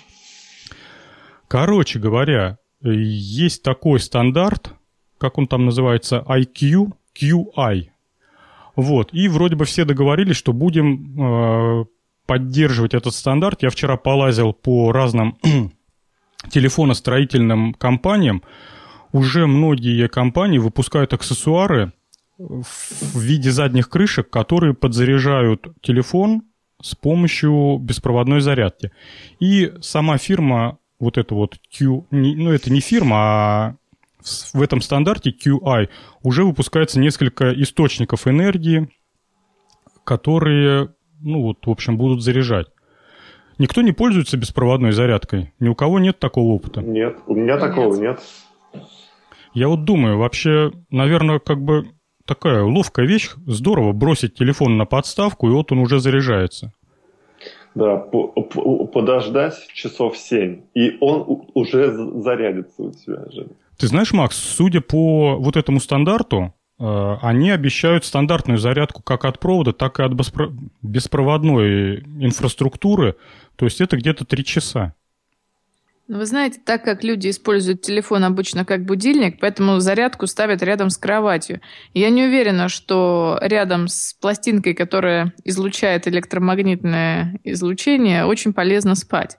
Короче говоря, есть такой стандарт, как он там называется, IQ-QI. Вот, и вроде бы все договорились, что будем поддерживать этот стандарт. Я вчера полазил по разным телефоностроительным компаниям. Уже многие компании выпускают аксессуары в виде задних крышек, которые подзаряжают телефон с помощью беспроводной зарядки. И сама фирма, вот эта вот ну это не фирма, а в этом стандарте QI уже выпускается несколько источников энергии, которые, ну вот, в общем, будут заряжать. Никто не пользуется беспроводной зарядкой? Ни у кого нет такого опыта?
Нет, у меня такого нет.
Я вот думаю, вообще, наверное, как бы такая ловкая вещь, здорово бросить телефон на подставку, и вот он уже заряжается.
Да, подождать часов 7, и он уже зарядится у тебя же.
Ты знаешь, Макс, судя по вот этому стандарту, они обещают стандартную зарядку как от провода, так и от беспроводной инфраструктуры. То есть это где-то 3 часа.
Вы знаете, так как люди используют телефон обычно как будильник, поэтому зарядку ставят рядом с кроватью. И я не уверена, что рядом с пластинкой, которая излучает электромагнитное излучение, очень полезно спать.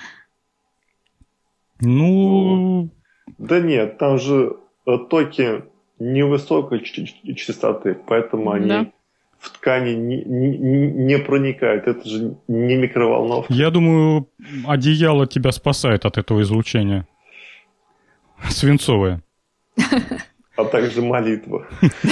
Ну...
Да нет, там же токи невысокой частоты, поэтому они в ткани не проникают. Это же не микроволновка.
Я думаю, одеяло тебя спасает от этого излучения. Свинцовое.
А также молитва.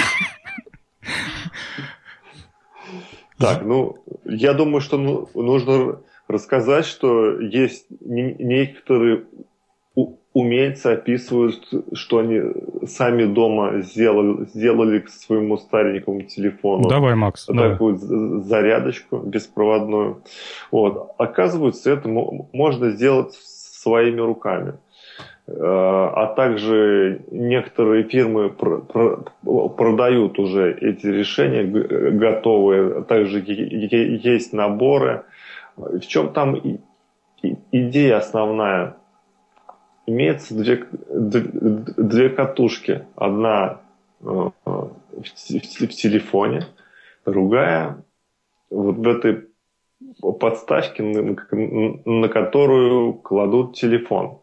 Так, ну, я думаю, что нужно рассказать, что есть некоторые умельцы описывают, что они сами дома сделали к своему старенькому телефону.
Давай, Макс.
Такую зарядочку беспроводную. Вот. Оказывается, это можно сделать своими руками. А также некоторые фирмы продают уже эти решения готовые. Также есть наборы. В чем там идея основная? Имеется две катушки. Одна в телефоне, другая вот в этой подставке, на которую кладут телефон.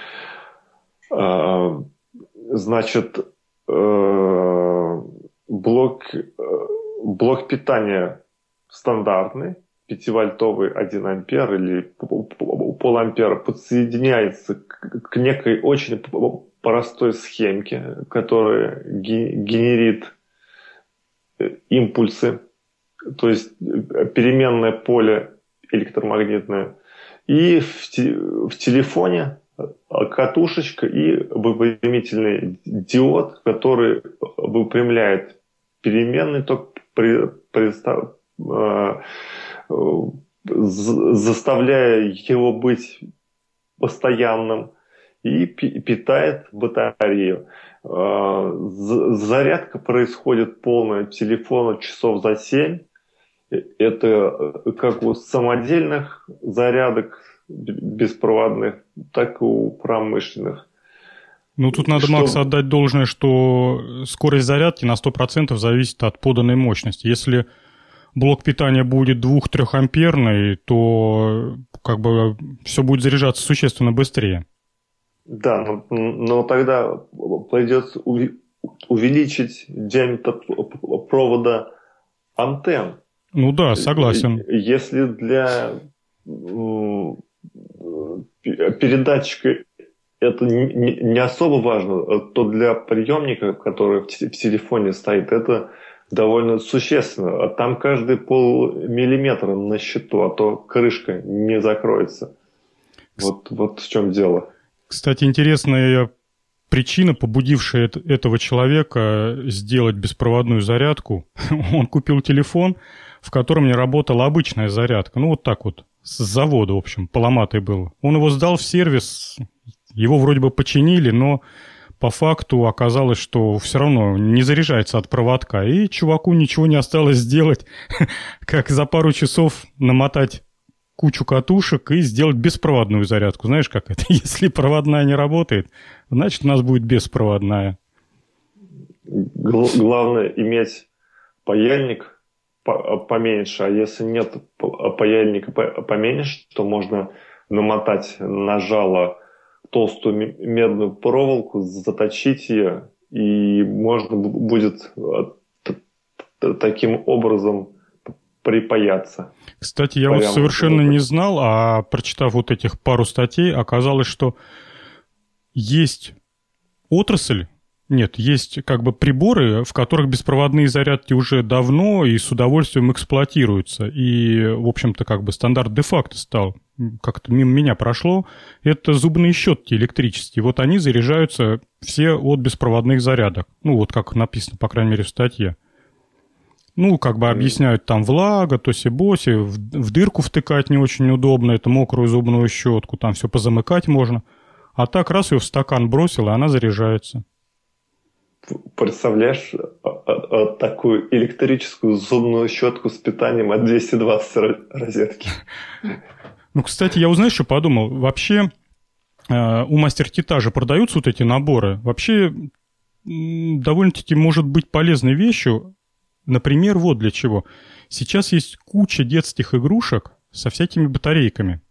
Значит, блок питания стандартный, 5-вольтовый 1 ампер или пол-ампера подсоединяется к некой очень простой схемке, которая генерит импульсы, то есть переменное поле электромагнитное. И в телефоне катушечка и выпрямительный диод, который выпрямляет переменный ток, заставляя его быть постоянным, и питает батарею. Зарядка происходит полная телефона часов за 7. Это как у самодельных зарядок беспроводных, так и у промышленных.
Ну, тут надо, Макс, отдать должное, что скорость зарядки на 100% зависит от поданной мощности. Если блок питания будет 2-3 амперный, то как бы все будет заряжаться существенно быстрее.
Да, но тогда придется увеличить диаметр провода антенн.
Ну да, согласен.
Если для передатчика это не особо важно, то для приемника, который в телефоне стоит, это довольно существенно. А там каждый полмиллиметра на счету, а то крышка не закроется. Вот в чем дело.
Кстати, интересная причина, побудившая этого человека сделать беспроводную зарядку. Он купил телефон, в котором не работала обычная зарядка. Ну, вот так вот, с завода, в общем, поломатый был. Он его сдал в сервис, его вроде бы починили, но по факту оказалось, что все равно не заряжается от проводка. И чуваку ничего не осталось сделать, как за пару часов намотать кучу катушек и сделать беспроводную зарядку. Знаешь, как это? Если проводная не работает, значит, у нас будет беспроводная.
Главное иметь паяльник поменьше, а если нет паяльника поменьше, то можно намотать на жало толстую медную проволоку, заточить ее, и можно будет таким образом припаяться.
Кстати, я вот совершенно не знал, а прочитав вот этих пару статей, оказалось, что есть отрасль, нет, есть как бы приборы, в которых беспроводные зарядки уже давно и с удовольствием эксплуатируются. И, в общем-то, как бы стандарт де-факто стал. Как-то мимо меня прошло. Это зубные щетки электрические. Вот они заряжаются все от беспроводных зарядок. Ну, вот как написано, по крайней мере, в статье. Ну, как бы объясняют, там влага, тоси-боси, в дырку втыкать не очень удобно, это мокрую зубную щетку, там все позамыкать можно. А так раз ее в стакан бросил, и она заряжается.
Представляешь такую электрическую зубную щетку с питанием от 220 розетки?
Ну, кстати, я узнаю, что подумал. Вообще у мастер-кита же продаются вот эти наборы. Вообще довольно-таки может быть полезной вещью. Например, вот для чего. Сейчас есть куча детских игрушек со всякими батарейками.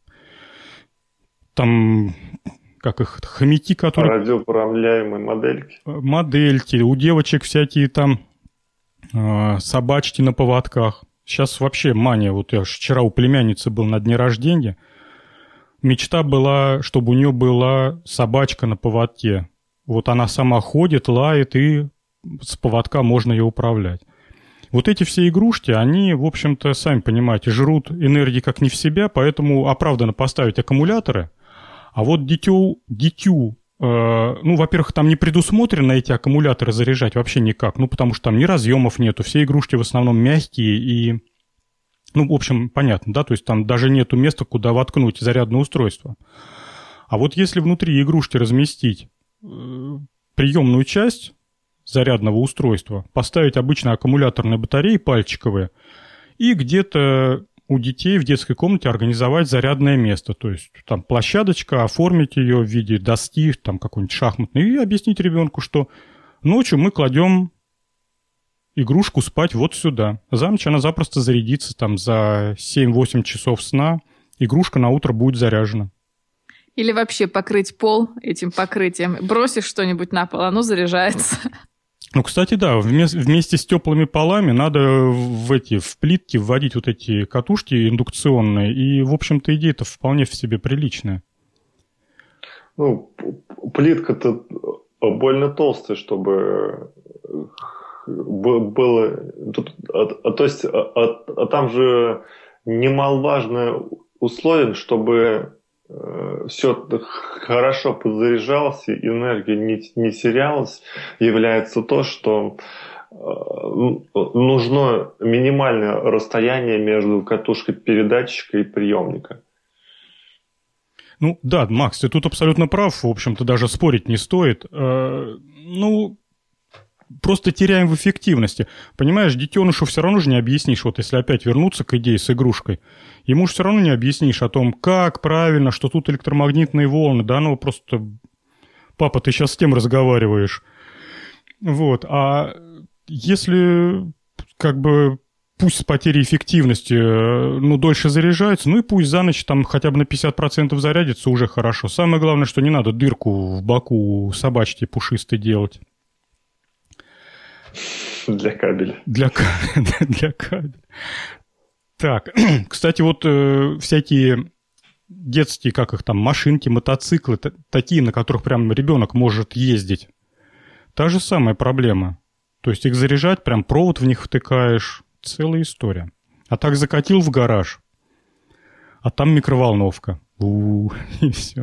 Там... как их, хомяки, которые...
Радиоуправляемые модельки.
Модельки, у девочек всякие там собачки на поводках. Сейчас вообще мания. Вот я вчера у племянницы был на дне рождения. Мечта была, чтобы у нее была собачка на поводке. Вот она сама ходит, лает, и с поводка можно ее управлять. Вот эти все игрушки, они, в общем-то, сами понимаете, жрут энергии как не в себя, поэтому оправданно поставить аккумуляторы. А вот дитю, ну, во-первых, там не предусмотрено эти аккумуляторы заряжать вообще никак, ну, потому что там ни разъемов нету, все игрушки в основном мягкие и, ну, в общем, понятно, да, то есть там даже нету места, куда воткнуть зарядное устройство. А вот если внутри игрушки разместить приемную часть зарядного устройства, поставить обычно аккумуляторные батареи пальчиковые и где-то у детей в детской комнате организовать зарядное место. То есть там площадочка, оформить ее в виде доски, там какой-нибудь шахматный, и объяснить ребенку, что ночью мы кладем игрушку спать вот сюда. За ночь она запросто зарядится там за 7-8 часов сна. Игрушка на утро будет заряжена.
Или вообще покрыть пол этим покрытием. Бросишь что-нибудь на пол, оно заряжается.
Ну, кстати, да, вместе с теплыми полами надо в плитки вводить вот эти катушки индукционные, и, в общем-то, идея-то вполне в себе приличная.
Ну, плитка-то больно толстая, чтобы было... То есть, там же немаловажное условие, чтобы все хорошо подзаряжалось, энергия не терялась, является то, что нужно минимальное расстояние между катушкой передатчика и приемника.
Ну да, Макс, ты тут абсолютно прав, в общем-то даже спорить не стоит. Ну, просто теряем в эффективности. Понимаешь, детенышу все равно же не объяснишь, вот если опять вернуться к идее с игрушкой, ему же все равно не объяснишь о том, как правильно, что тут электромагнитные волны, да, ну просто, папа, ты сейчас с кем разговариваешь? Вот, а если как бы пусть с потерей эффективности, ну, дольше заряжается, ну и пусть за ночь там хотя бы на 50% зарядится, уже хорошо. Самое главное, что не надо дырку в боку собачки пушистой делать.
Для кабеля.
Для кабеля. Так, кстати, вот всякие детские, как их там, машинки, мотоциклы, такие, на которых прям ребенок может ездить. Та же самая проблема. То есть их заряжать, прям провод в них втыкаешь. Целая история. А так закатил в гараж, а там микроволновка. И все.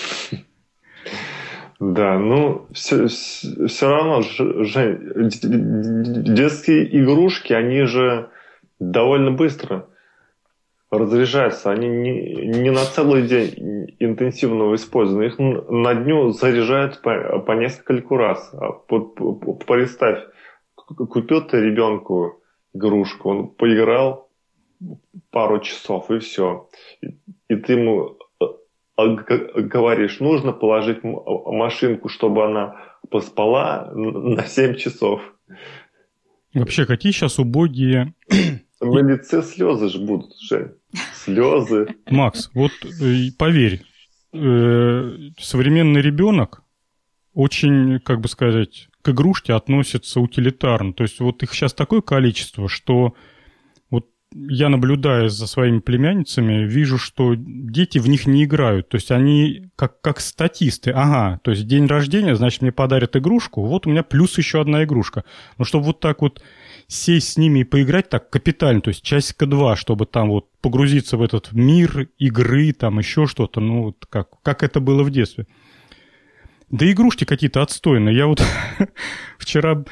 Да, ну, все равно, Жень, детские игрушки, они же довольно быстро разряжаются. Они не на целый день интенсивного использования. Их на дню заряжают по несколько раз. Представь, купил ты ребенку игрушку, он поиграл пару часов, и все. И ты ему говоришь, нужно положить машинку, чтобы она поспала на 7 часов.
Вообще, какие сейчас убогие...
На лице слезы ж будут, Жень. Слезы.
Макс, вот поверь, современный ребенок очень, как бы сказать, к игрушке относится утилитарно. То есть вот их сейчас такое количество, что вот я, наблюдая за своими племянницами, вижу, что дети в них не играют. То есть они как статисты. Ага, то есть день рождения, значит, мне подарят игрушку. Вот у меня плюс еще одна игрушка. Но чтобы вот так вот сесть с ними и поиграть так капитально, то есть часика 2, чтобы там вот погрузиться в этот мир игры, там еще что-то, ну, вот как это было в детстве. Да игрушки какие-то отстойные. Я вот вчера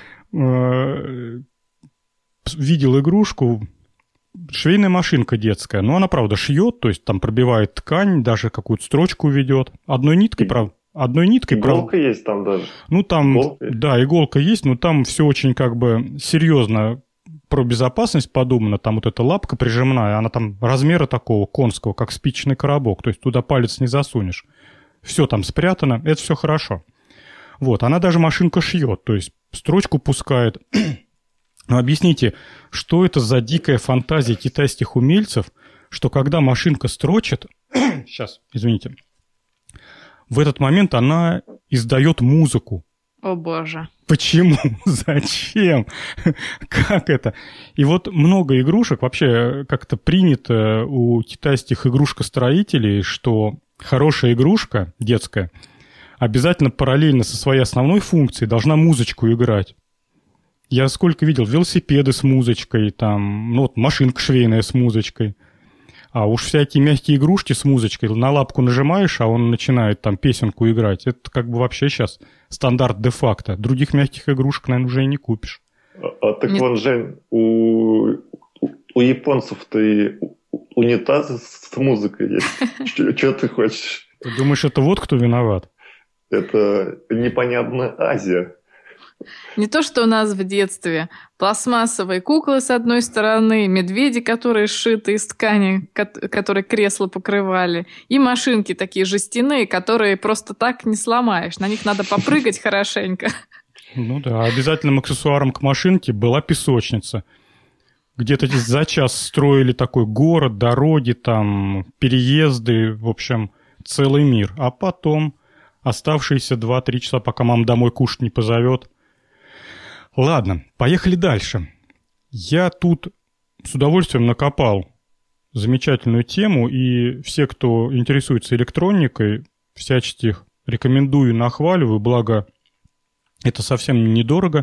видел игрушку, швейная машинка детская. Ну, она, правда, шьет, то есть там пробивает ткань, даже какую-то строчку ведет. Одной ниткой, правда.
Иголка есть там даже.
Ну, там, да, иголка есть, но там все очень как бы серьезно про безопасность подумано. Там вот эта лапка прижимная, она там размера такого конского, как спичечный коробок. То есть туда палец не засунешь. Все там спрятано, это все хорошо. Вот, она даже машинка шьет, то есть строчку пускает. Но объясните, что это за дикая фантазия китайских умельцев, что когда машинка строчит, сейчас, извините, в этот момент она издает музыку.
О боже.
Почему? Зачем? Как это? И вот много игрушек, вообще как-то принято у китайских игрушкостроителей, что хорошая игрушка детская обязательно параллельно со своей основной функцией должна музычку играть. Я сколько видел велосипеды с музычкой, там, ну вот машинка швейная с музычкой. А уж всякие мягкие игрушки с музычкой, на лапку нажимаешь, а он начинает там песенку играть. Это как бы вообще сейчас стандарт де-факто. Других мягких игрушек, наверное, уже и не купишь.
Так вон, Жень, у японцев-то и унитазы с музыкой есть. Что ты хочешь?
Ты думаешь, это вот кто виноват?
Это непонятная Азия.
Не то, что у нас в детстве. Пластмассовые куклы с одной стороны, медведи, которые сшиты из ткани, которые кресла покрывали, и машинки такие жестяные, которые просто так не сломаешь. На них надо попрыгать хорошенько.
Ну да, обязательным аксессуаром к машинке была песочница. Где-то за час строили такой город, дороги, там, переезды, в общем, целый мир. А потом оставшиеся 2-3 часа, пока мама домой кушать не позовет. Ладно, поехали дальше. Я тут с удовольствием накопал замечательную тему, и все, кто интересуется электроникой, всячески их рекомендую, нахваливаю, благо это совсем недорого.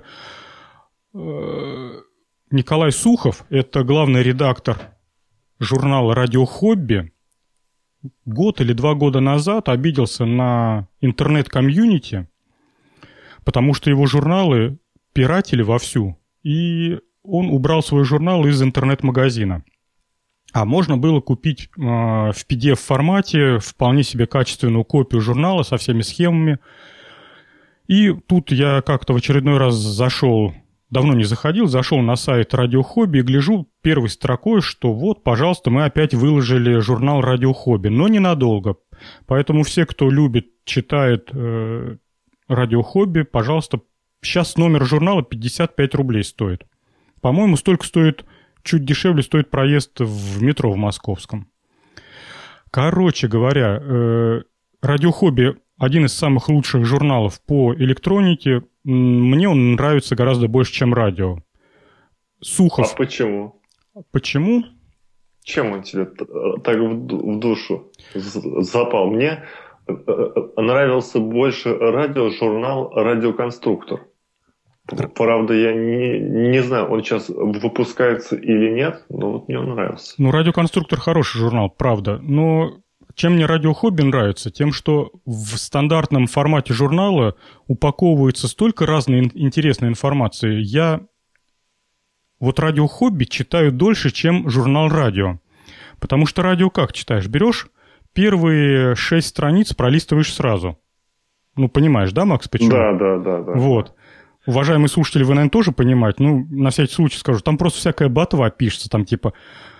Николай Сухов, это главный редактор журнала «Радио Хобби», год или 2 года назад обиделся на интернет-комьюнити, потому что его журналы пиратели вовсю, и он убрал свой журнал из интернет-магазина. А можно было купить в PDF-формате вполне себе качественную копию журнала со всеми схемами. И тут я как-то в очередной раз зашел, давно не заходил, зашел на сайт «Радио Хобби» и гляжу первой строкой, что вот, пожалуйста, мы опять выложили журнал «Радио Хобби», но ненадолго. Поэтому все, кто любит, читает «Радио Хобби», пожалуйста, сейчас номер журнала 55 рублей стоит. По-моему, столько стоит, чуть дешевле стоит проезд в метро в московском. Короче говоря, «Радио Хобби» один из самых лучших журналов по электронике. Мне он нравится гораздо больше, чем «Радио». Сухов.
А почему?
Почему?
Чем он тебе так в душу запал? Мне нравился больше радиожурнал «Радиоконструктор». Правда, я не знаю, он сейчас выпускается или нет, но вот мне он нравился.
Ну, «Радиоконструктор» хороший журнал, правда. Но чем мне «Радио Хобби» нравится? Тем, что в стандартном формате журнала упаковывается столько разной интересной информации. Я вот «Радио Хобби» читаю дольше, чем журнал «Радио». Потому что «Радио» как читаешь? Берешь первые 6 страниц, пролистываешь сразу. Ну, понимаешь, да, Макс, почему?
Да.
Вот. Уважаемые слушатели, вы, наверное, тоже понимаете. Ну, на всякий случай скажу. Там просто всякая ботва пишется. Там типа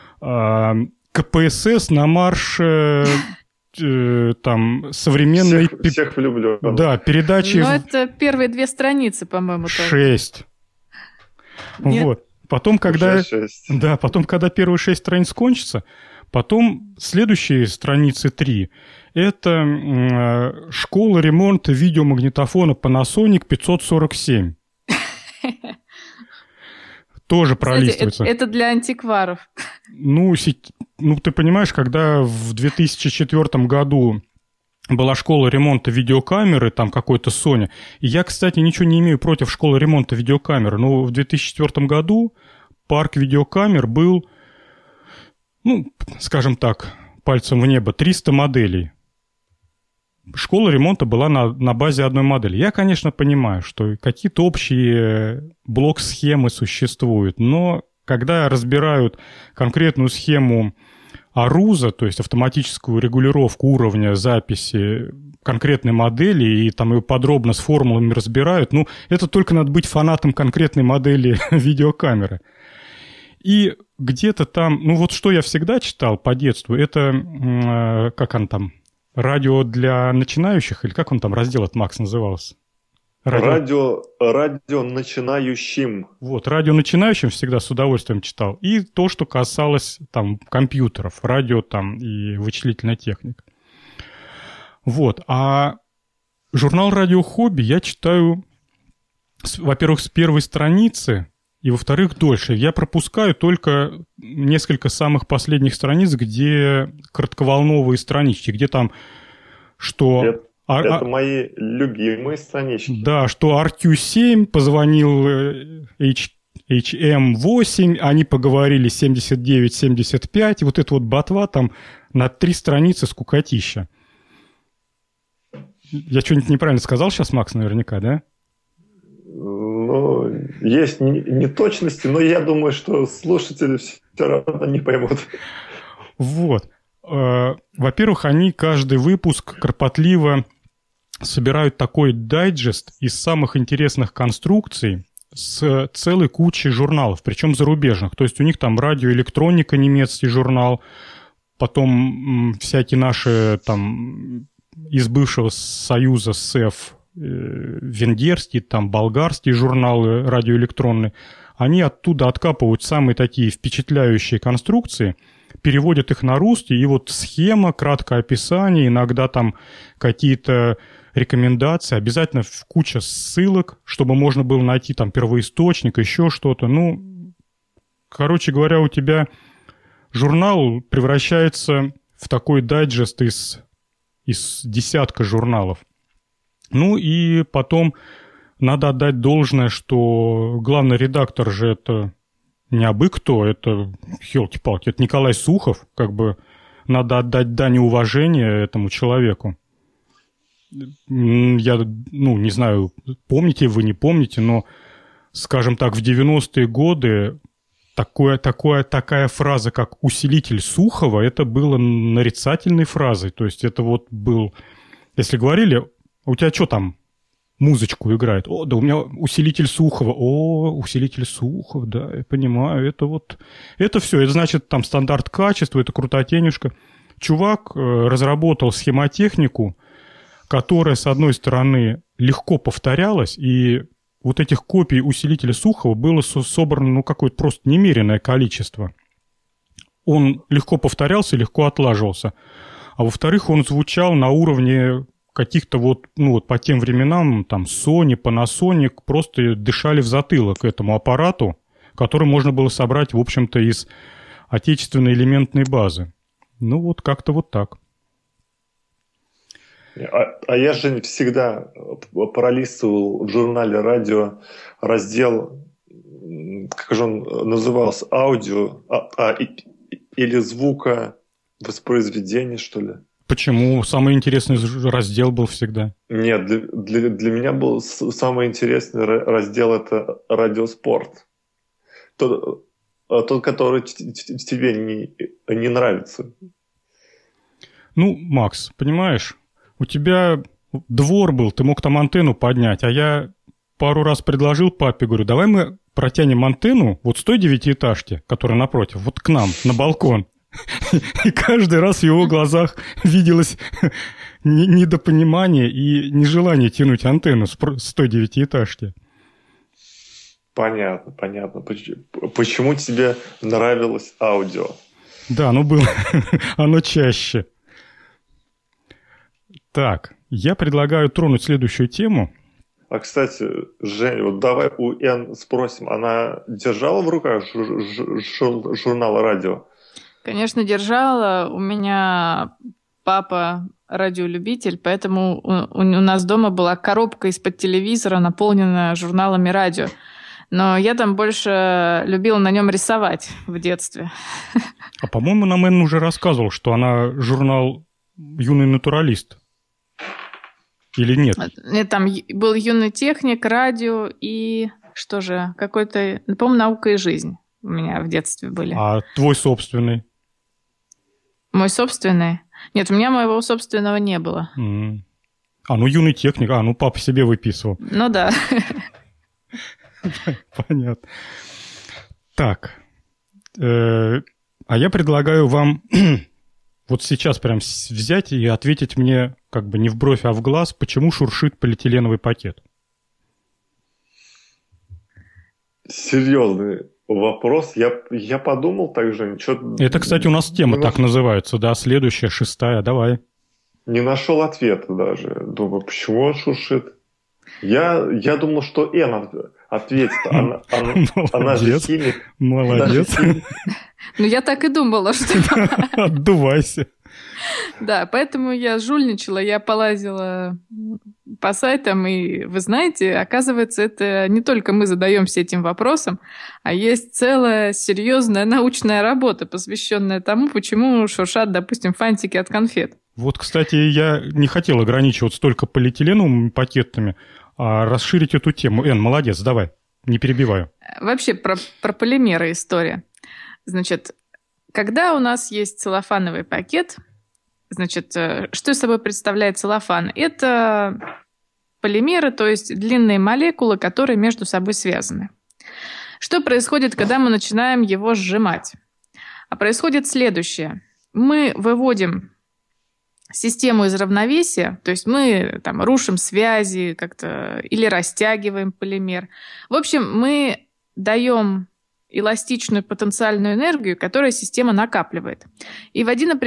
КПСС на марше там современной...
Всех влюблю.
Да, передачи...
Ну, это первые 2 страницы, по-моему.
6.
Нет?
Вот. Потом, когда...
6.
Да, потом, когда первые 6 страниц кончатся, потом следующие страницы 3. Это школа ремонта видеомагнитофона Panasonic 547. Тоже пролистывается.
Это для антикваров.
Ну, ты понимаешь, когда в 2004 году была школа ремонта видеокамеры, там какой-то Sony, и я, кстати, ничего не имею против школы ремонта видеокамер, но в 2004 году парк видеокамер был, ну, скажем так, пальцем в небо, 300 моделей. Школа ремонта была на базе одной модели. Я, конечно, понимаю, что какие-то общие блок-схемы существуют, но когда разбирают конкретную схему АРУЗа, то есть автоматическую регулировку уровня записи конкретной модели, и там ее подробно с формулами разбирают, ну, это только надо быть фанатом конкретной модели видеокамеры. И где-то там, ну, вот что я всегда читал по детству, это, как он там, радио для начинающих, или как он там, раздел от Макс назывался?
Радио начинающим.
Вот, радио начинающим всегда с удовольствием читал. И то, что касалось там компьютеров, радио там и вычислительная техника. Вот, а журнал «Радио Хобби» я читаю, во-первых, с первой страницы, и, во-вторых, дольше. Я пропускаю только несколько самых последних страниц, где коротковолновые странички, где там что...
Это мои любимые странички.
Да, что RQ7 позвонил HM8, они поговорили 79-75, и вот эта вот ботва там на 3 страницы скукотища. Я что-нибудь неправильно сказал сейчас, Макс, наверняка, да?
Ну, есть неточности, но я думаю, что слушатели все равно не поймут.
Вот. Во-первых, они каждый выпуск кропотливо собирают такой дайджест из самых интересных конструкций с целой кучей журналов, причем зарубежных. То есть у них там радиоэлектроника, немецкий журнал, потом всякие наши там из бывшего Союза СЭФ, венгерские, там болгарские журналы радиоэлектронные. Они оттуда откапывают самые такие впечатляющие конструкции, переводят их на русский, и вот схема, краткое описание, иногда там какие-то рекомендации, обязательно куча ссылок, чтобы можно было найти там первоисточник, еще что-то. Ну, короче говоря, у тебя журнал превращается в такой дайджест из десятка журналов. Ну и потом надо отдать должное, что главный редактор же это не абы кто, это, елки-палки, это Николай Сухов, как бы надо отдать дань уважения этому человеку. Я, не знаю, помните вы, не помните, но, скажем так, в 90-е годы такая фраза, как «усилитель Сухова», это было нарицательной фразой. То есть это вот был... Если говорили, у тебя что там, музычку играет? О, да у меня усилитель Сухова. О, усилитель Сухова, да, я понимаю. Это вот... Это все, это значит там стандарт качества, это крутотенюшка. Чувак разработал схемотехнику, которая, с одной стороны, легко повторялась, и вот этих копий усилителя Сухова было собрано, какое-то просто немеренное количество. Он легко повторялся, легко отлаживался. А во-вторых, он звучал на уровне каких-то вот по тем временам, там, Sony, Panasonic, просто дышали в затылок этому аппарату, который можно было собрать, в общем-то, из отечественной элементной базы. Ну, вот как-то вот так.
А я же всегда пролистывал в журнале «Радио» раздел, как же он назывался, аудио или звуковоспроизведение, что ли?
Почему? Самый интересный раздел был всегда.
Нет, для меня был самый интересный раздел – это «Радиоспорт». Тот, который тебе не нравится.
Ну, Макс, понимаешь, у тебя двор был, ты мог там антенну поднять, а я пару раз предложил папе, говорю, давай мы протянем антенну вот с той 9-этажки, которая напротив, вот к нам, на балкон. И каждый раз в его глазах виделось недопонимание и нежелание тянуть антенну с той 9-этажки.
Понятно. Почему тебе нравилось аудио?
Да, было оно чаще. Так, я предлагаю тронуть следующую тему.
А, кстати, Жень, вот давай у Н спросим, она держала в руках журнал «Радио»?
Конечно, держала. У меня папа радиолюбитель, поэтому у нас дома была коробка из-под телевизора, наполненная журналами радио. Но я там больше любила на нем рисовать в детстве.
А, по-моему, нам Энн уже рассказывал, что она журнал «Юный натуралист». Или нет?
Нет, там был «Юный техник», радио и что же, какой-то, по-моему, «Наука и жизнь» у меня в детстве были.
А твой собственный?
Мой собственный? Нет, у меня моего собственного не было.
А, ну «Юный техник», ну папа себе выписывал.
Ну да.
Понятно. Так. А я предлагаю вам вот сейчас прям взять и ответить мне как бы не в бровь, а в глаз, почему шуршит полиэтиленовый пакет.
Серьезный вопрос. Я подумал так же.
Это, кстати, у нас тема так называется, да, следующая, 6-я, давай.
Не нашел ответа даже. Думаю, почему он шуршит? Я думал, что Энн ответит. Она же химик.
Молодец.
Ну, я так и думала, что...
Отдувайся.
Да, поэтому я жульничала, я полазила по сайтам, и вы знаете, оказывается, это не только мы задаемся этим вопросом, а есть целая серьезная научная работа, посвященная тому, почему шуршат, допустим, фантики от конфет.
Вот, кстати, я не хотел ограничиваться только полиэтиленовыми пакетами, а расширить эту тему. Энн, молодец, давай, не перебиваю.
Вообще про полимеры история. Значит, когда у нас есть целлофановый пакет, значит, что из собой представляет целлофан? Это полимеры, то есть длинные молекулы, которые между собой связаны. Что происходит, когда мы начинаем его сжимать? А происходит следующее. Мы выводим систему из равновесия, то есть мы там рушим связи как-то или растягиваем полимер. В общем, мы даем эластичную потенциальную энергию, которую система накапливает. И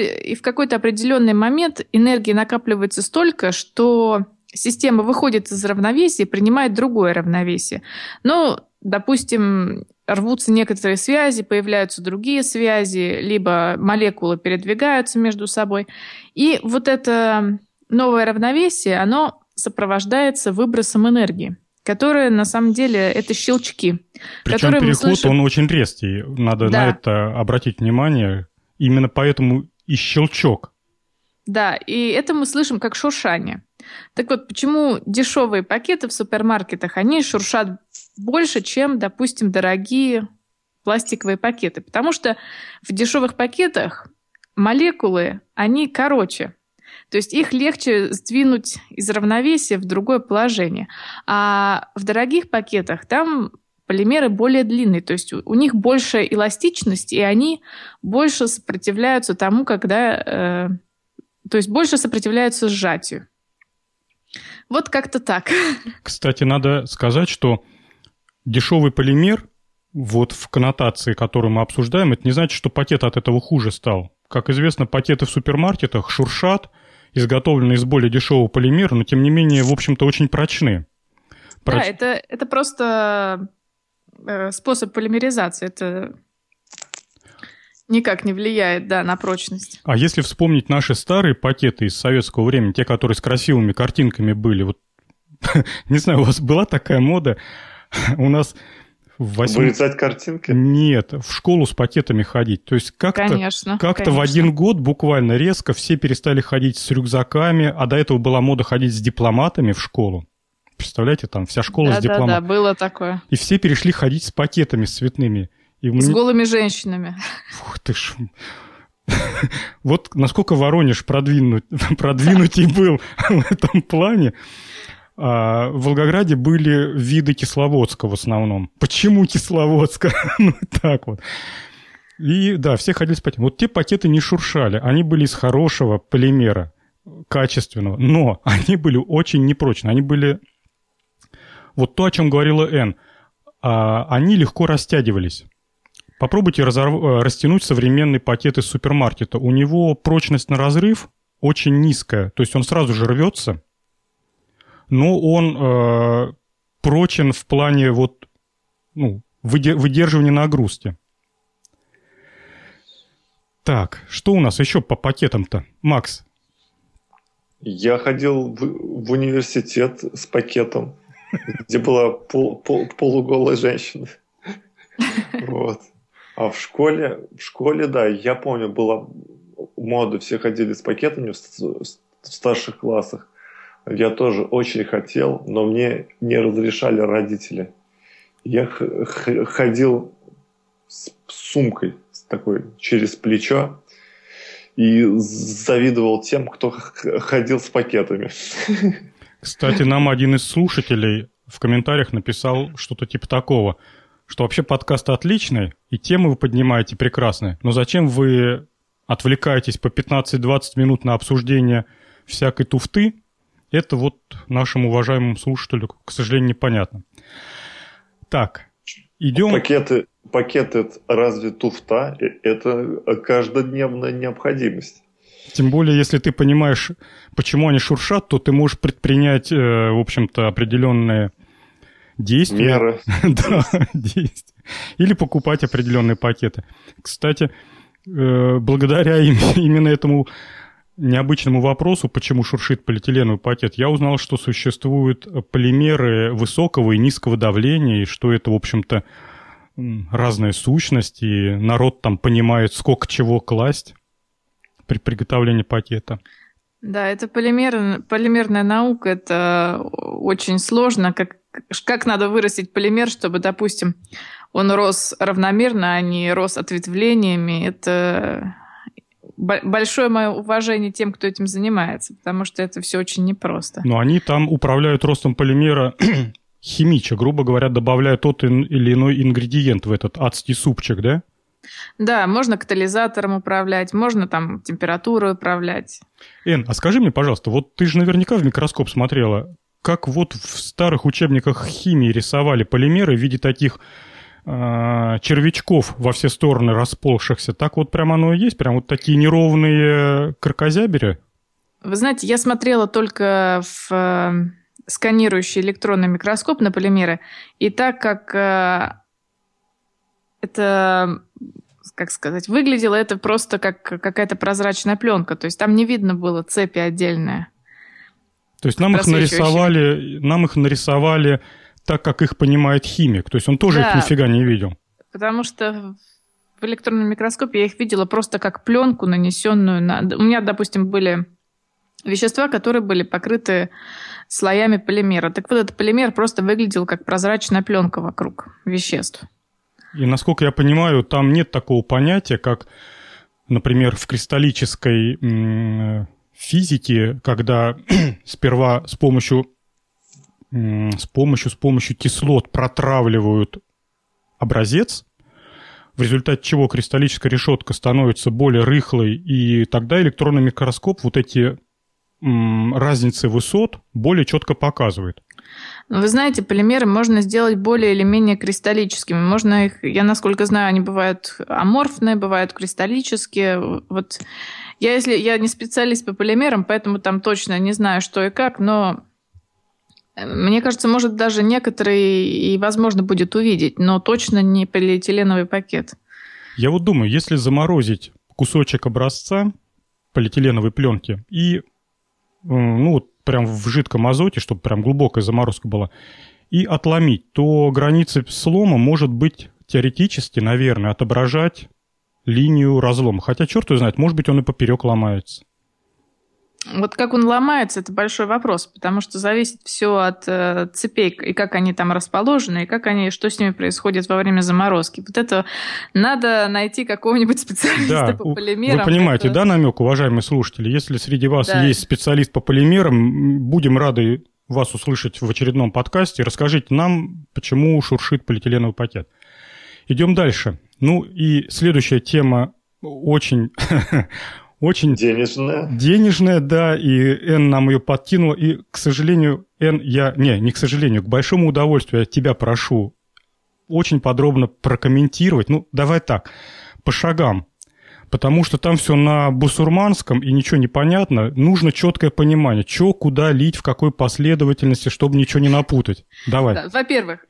в какой-то определенный момент энергии накапливается столько, что система выходит из равновесия и принимает другое равновесие. Ну, допустим, рвутся некоторые связи, появляются другие связи, либо молекулы передвигаются между собой. И вот это новое равновесие, оно сопровождается выбросом энергии, которые на самом деле это щелчки.
Причем переход, он очень резкий. Надо на это обратить внимание. Именно поэтому и щелчок.
Да, и это мы слышим как шуршание. Так вот, почему дешевые пакеты в супермаркетах, они шуршат больше, чем, допустим, дорогие пластиковые пакеты? Потому что в дешевых пакетах молекулы, они короче. То есть их легче сдвинуть из равновесия в другое положение. А в дорогих пакетах там полимеры более длинные, то есть у них больше эластичности, и они больше сопротивляются тому, когда... то есть больше сопротивляются сжатию. Вот как-то так.
Кстати, надо сказать, что дешевый полимер, вот в коннотации, которую мы обсуждаем, это не значит, что пакет от этого хуже стал. Как известно, пакеты в супермаркетах шуршат, изготовлены из более дешевого полимера, но тем не менее, в общем-то, очень прочны.
Да, это просто способ полимеризации. Это никак не влияет, да, на прочность.
А если вспомнить наши старые пакеты из советского времени, те, которые с красивыми картинками были, вот, не знаю, у вас была такая мода? У нас...
Вырезать картинки?
Нет, в школу с пакетами ходить. То есть как-то в один год буквально резко все перестали ходить с рюкзаками, а до этого была мода ходить с дипломатами в школу. Представляете, там вся школа с дипломатами.
Да, было такое.
И все перешли ходить с пакетами с цветными.
С голыми женщинами.
Ух ты ж... Вот насколько Воронеж продвинутый был в этом плане. В Волгограде были виды Кисловодска в основном. Почему Кисловодска? Ну, так вот. И да, все ходили с пакетами. Вот те пакеты не шуршали. Они были из хорошего полимера, качественного. Но они были очень непрочные. Они были... Вот то, о чем говорила Энн. Они легко растягивались. Попробуйте растянуть современный пакет из супермаркета. У него прочность на разрыв очень низкая. То есть он сразу же рвется. Но он прочен в плане вот, выдерживания нагрузки. Так, что у нас еще по пакетам-то? Макс?
Я ходил в университет с пакетом, где была полуголая женщина. Вот. А в школе, да, я помню, была мода, все ходили с пакетами в старших классах. Я тоже очень хотел, но мне не разрешали родители. Я ходил с сумкой такой через плечо и завидовал тем, кто ходил с пакетами.
Кстати, нам один из слушателей в комментариях написал что-то типа такого, что вообще подкаст отличный, и темы вы поднимаете прекрасные, но зачем вы отвлекаетесь по 15-20 минут на обсуждение всякой туфты? Это вот нашему уважаемому слушателю, к сожалению, непонятно. Так, идем...
Пакеты разве туфта? Это каждодневная необходимость.
Тем более, если ты понимаешь, почему они шуршат, то ты можешь предпринять, в общем-то, определенные действия.
Меры.
Да, действия. Или покупать определенные пакеты. Кстати, благодаря именно этому необычному вопросу, почему шуршит полиэтиленовый пакет, я узнал, что существуют полимеры высокого и низкого давления, и что это, в общем-то, разные сущности, и народ там понимает, сколько чего класть при приготовлении пакета.
Да, это полимерная наука, это очень сложно. Как надо вырастить полимер, чтобы, допустим, он рос равномерно, а не рос ответвлениями. Это большое мое уважение тем, кто этим занимается, потому что это все очень непросто.
Но они там управляют ростом полимера химича, грубо говоря, добавляя тот или иной ингредиент в этот адский супчик, да?
Да, можно катализатором управлять, можно там температуру управлять.
Эн, а скажи мне, пожалуйста, вот ты же наверняка в микроскоп смотрела, как вот в старых учебниках химии рисовали полимеры в виде таких червячков во все стороны расползшихся, так вот прям оно и есть, прям вот такие неровные кракозябери?
Вы знаете, я смотрела только в сканирующий электронный микроскоп на полимеры, и так как это, как сказать, выглядело это просто как какая-то прозрачная пленка, то есть там не видно было цепи отдельные.
То есть нам их нарисовали так, как их понимает химик, то есть он тоже их нифига не видел.
Потому что в электронном микроскопе я их видела просто как пленку, нанесенную на... У меня, допустим, были вещества, которые были покрыты слоями полимера. Так вот, этот полимер просто выглядел как прозрачная пленка вокруг веществ.
И, насколько я понимаю, там нет такого понятия, как, например, в кристаллической физике, когда сперва с помощью кислот протравливают образец, в результате чего кристаллическая решетка становится более рыхлой, и тогда электронный микроскоп вот эти разницы высот более четко показывает.
Вы знаете, полимеры можно сделать более или менее кристаллическими. Можно их, я насколько знаю, они бывают аморфные, бывают кристаллические. Вот я не специалист по полимерам, поэтому там точно не знаю, что и как, но мне кажется, может, даже некоторые и возможно будет увидеть, но точно не полиэтиленовый пакет.
Я вот думаю, если заморозить кусочек образца полиэтиленовой пленки и прям в жидком азоте, чтобы прям глубокая заморозка была, и отломить, то граница слома может быть теоретически, наверное, отображать линию разлома. Хотя черт его знает, может быть, он и поперек ломается.
Вот как он ломается, это большой вопрос, потому что зависит все от цепей, и как они там расположены, и что с ними происходит во время заморозки. Вот это надо найти какого-нибудь специалиста по полимерам.
Вы понимаете, да, намек, уважаемые слушатели? Если среди вас есть специалист по полимерам, будем рады вас услышать в очередном подкасте. Расскажите нам, почему шуршит полиэтиленовый пакет. Идем дальше. Ну и следующая тема очень... Очень денежная, да, и Эн нам ее подкинула, и, к сожалению, к сожалению, к большому удовольствию я тебя прошу очень подробно прокомментировать, давай так, по шагам, потому что там все на бусурманском, и ничего не понятно, нужно четкое понимание, что, куда лить, в какой последовательности, чтобы ничего не напутать. Давай.
Да, во-первых,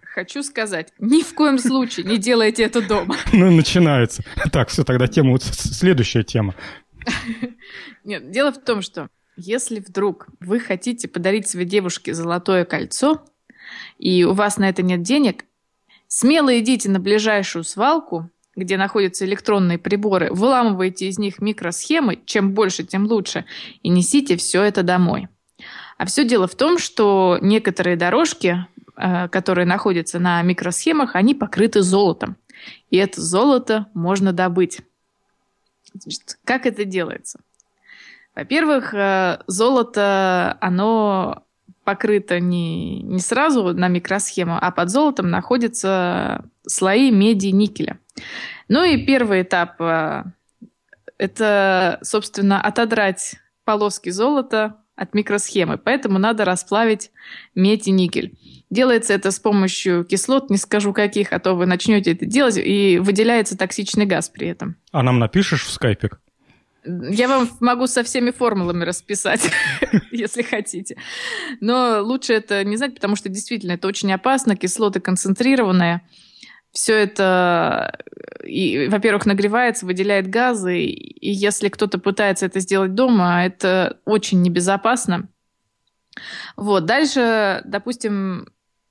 хочу сказать, ни в коем случае не делайте это дома.
Ну, начинается. Так, все, тогда следующая тема.
Нет, дело в том, что если вдруг вы хотите подарить своей девушке золотое кольцо, и у вас на это нет денег, смело идите на ближайшую свалку, где находятся электронные приборы, выламывайте из них микросхемы, чем больше, тем лучше, и несите все это домой. А все дело в том, что некоторые дорожки, которые находятся на микросхемах, они покрыты золотом. И это золото можно добыть. Значит, как это делается? Во-первых, золото, оно покрыто не сразу на микросхему, а под золотом находятся слои меди и никеля. Ну и первый этап – это, собственно, отодрать полоски золота от микросхемы. Поэтому надо расплавить медь и никель. Делается это с помощью кислот, не скажу каких, а то вы начнете это делать, и выделяется токсичный газ при этом.
А нам напишешь в скайпик?
Я вам могу со всеми формулами расписать, если хотите. Но лучше это не знать, потому что действительно это очень опасно, кислоты концентрированные. Все это, во-первых, нагревается, выделяет газы, и если кто-то пытается это сделать дома, это очень небезопасно. Вот. Дальше, допустим,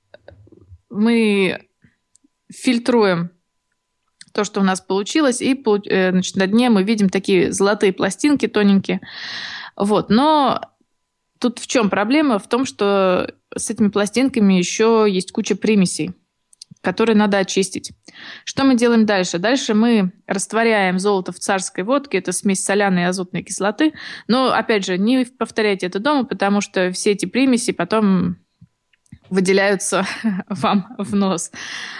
мы фильтруем то, что у нас получилось, и значит, на дне мы видим такие золотые пластинки тоненькие. Вот. Но тут в чем проблема? В том, что с этими пластинками еще есть куча примесей, которые надо очистить. Что мы делаем дальше? Дальше мы растворяем золото в царской водке. Это смесь соляной и азотной кислоты. Но, опять же, не повторяйте это дома, потому что все эти примеси потом выделяются вам в нос.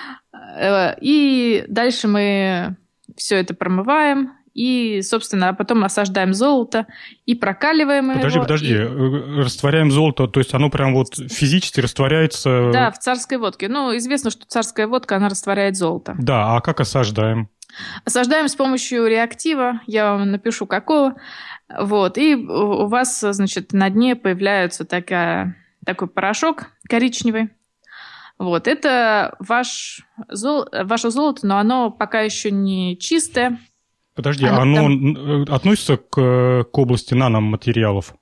И дальше мы все это промываем. И, собственно, потом осаждаем золото и прокаливаем его.
Подожди. Растворяем золото, то есть оно прям вот физически растворяется?
Да, в царской водке. Ну, известно, что царская водка, она растворяет золото.
Да, а как осаждаем?
Осаждаем с помощью реактива, я вам напишу какого. Вот, и у вас, значит, на дне появляется такой порошок коричневый. Вот, это ваше золото, но оно пока еще не чистое.
Подожди, оно относится к области наноматериалов?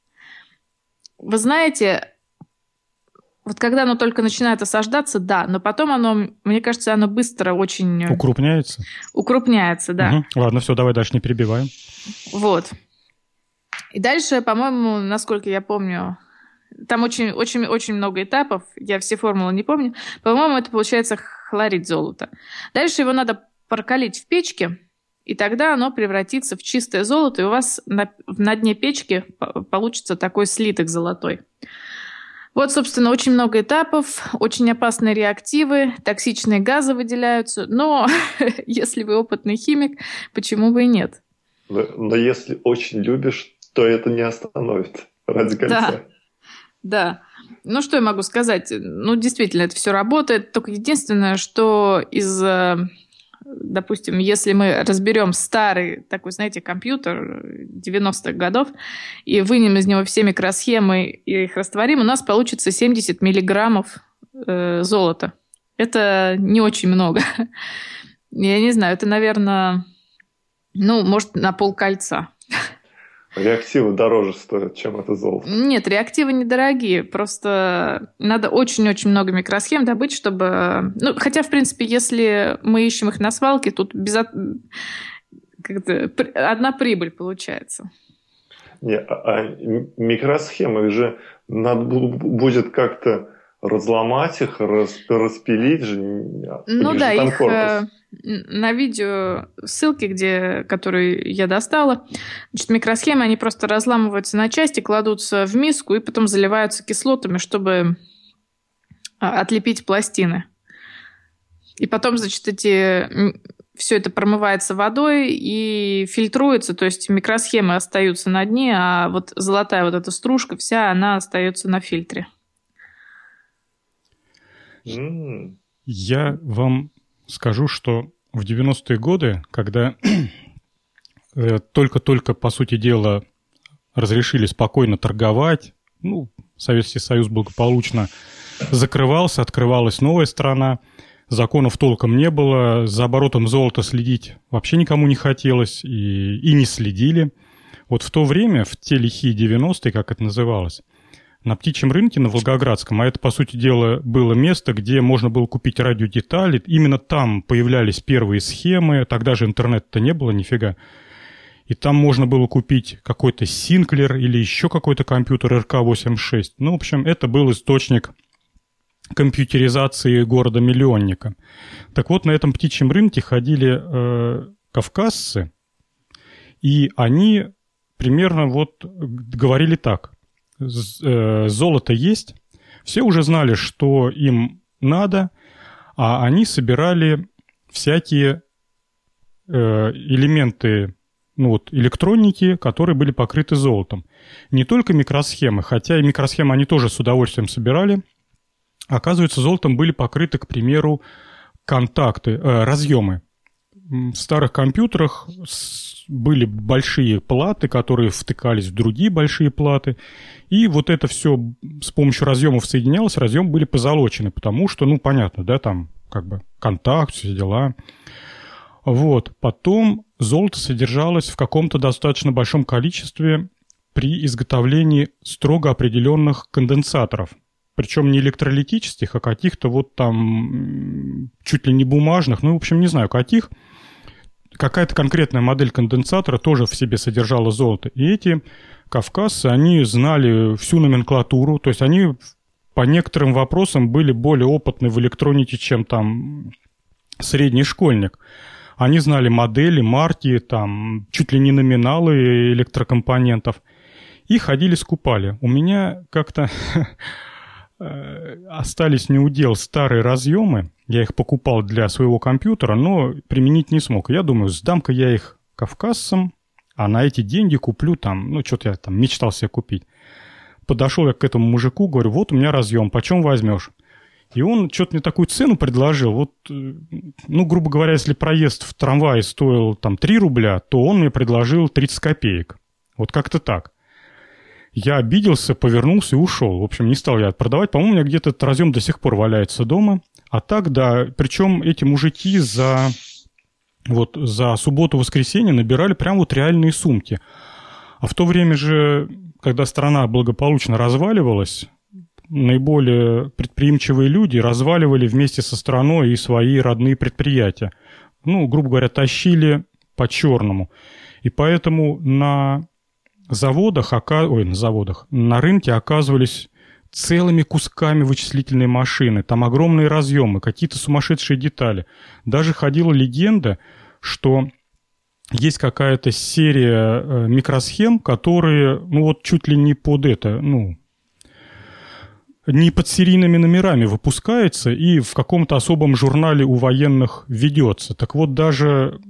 Вы знаете, вот когда оно только начинает осаждаться, да, но потом оно, мне кажется, оно быстро очень...
Укрупняется?
Укрупняется, да.
Угу. Ладно, все, давай дальше не перебиваем.
Вот. И дальше, по-моему, насколько я помню, там очень много этапов, я все формулы не помню. По-моему, это получается хлорид золота. Дальше его надо прокалить в печке, и тогда оно превратится в чистое золото, и у вас на дне печки получится такой слиток золотой. Вот, собственно, очень много этапов, очень опасные реактивы, токсичные газы выделяются, но если вы опытный химик, почему бы и нет?
Но если очень любишь, то это не остановит ради кольца.
Да. Ну, что я могу сказать? Ну, действительно, это все работает, только единственное, что допустим, если мы разберем старый такой, знаете, компьютер 90-х годов и вынем из него все микросхемы и их растворим, у нас получится 70 миллиграммов золота. Это не очень много. Я не знаю, это, наверное, может, на полкольца.
Реактивы дороже стоят, чем это золото.
Нет, реактивы недорогие. Просто надо очень-очень много микросхем добыть, чтобы... хотя, в принципе, если мы ищем их на свалке, тут одна прибыль получается.
Микросхемы, их же надо будет как-то разломать их, распилить же.
Да, их на видео ссылки, которые я достала. Значит, микросхемы, они просто разламываются на части, кладутся в миску и потом заливаются кислотами, чтобы отлепить пластины. И потом, значит, все это промывается водой и фильтруется, то есть микросхемы остаются на дне, а вот золотая вот эта стружка вся, она остается на фильтре.
Я вам скажу, что в 90-е годы, когда только-только, по сути дела, разрешили спокойно торговать, Советский Союз благополучно закрывался, открывалась новая страна, законов толком не было, за оборотом золота следить вообще никому не хотелось и не следили. Вот в то время, в те лихие 90-е, как это называлось, на птичьем рынке на Волгоградском, а это, по сути дела, было место, где можно было купить радиодетали, именно там появлялись первые схемы, тогда же интернета-то не было нифига, и там можно было купить какой-то Синклер или еще какой-то компьютер РК-86. Ну, в общем, это был источник компьютеризации города-миллионника. Так вот, на этом птичьем рынке ходили кавказцы, и они примерно вот говорили так. Золото есть, все уже знали, что им надо, а они собирали всякие элементы электроники, которые были покрыты золотом. Не только микросхемы, хотя и микросхемы они тоже с удовольствием собирали. Оказывается, золотом были покрыты, к примеру, разъемы. В старых компьютерах были большие платы, которые втыкались в другие большие платы. И вот это все с помощью разъемов соединялось, разъемы были позолочены, потому что, понятно, да, там как бы контакт, все дела. Вот. Потом золото содержалось в каком-то достаточно большом количестве при изготовлении строго определенных конденсаторов. Причем не электролитических, а каких-то вот там чуть ли не бумажных, в общем, не знаю каких. Какая-то конкретная модель конденсатора тоже в себе содержала золото. И эти кавказцы, они знали всю номенклатуру, то есть они по некоторым вопросам были более опытны в электронике, чем там средний школьник. Они знали модели, марки, там чуть ли не номиналы электрокомпонентов. И ходили, скупали. У меня как-то остались неудел старые разъемы. Я их покупал для своего компьютера, но применить не смог. Я думаю, сдам-ка я их кавказцам, а на эти деньги куплю там, что-то я там мечтал себе купить. Подошел я к этому мужику, говорю, вот у меня разъем, почем возьмешь? И он что-то мне такую цену предложил. Вот, грубо говоря, если проезд в трамвае стоил там 3 рубля, то он мне предложил 30 копеек. Вот как-то так. Я обиделся, повернулся и ушел. В общем, не стал я продавать. По-моему, у меня где-то этот разъем до сих пор валяется дома. А так, да, причем эти мужики за субботу-воскресенье набирали прям вот реальные сумки. А в то время же, когда страна благополучно разваливалась, наиболее предприимчивые люди разваливали вместе со страной и свои родные предприятия. Грубо говоря, тащили по-черному. И поэтому на рынке оказывались целыми кусками вычислительные машины, там огромные разъемы, какие-то сумасшедшие детали. Даже ходила легенда, что есть какая-то серия микросхем, которые, чуть ли не под не под серийными номерами выпускается и в каком-то особом журнале у военных ведется. Так вот, даже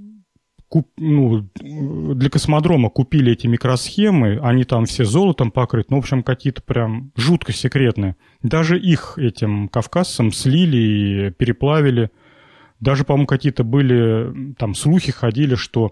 для космодрома купили эти микросхемы, они там все золотом покрыты, в общем, какие-то прям жутко секретные. Даже их этим кавказцам слили и переплавили. Даже, по-моему, какие-то были, там слухи ходили, что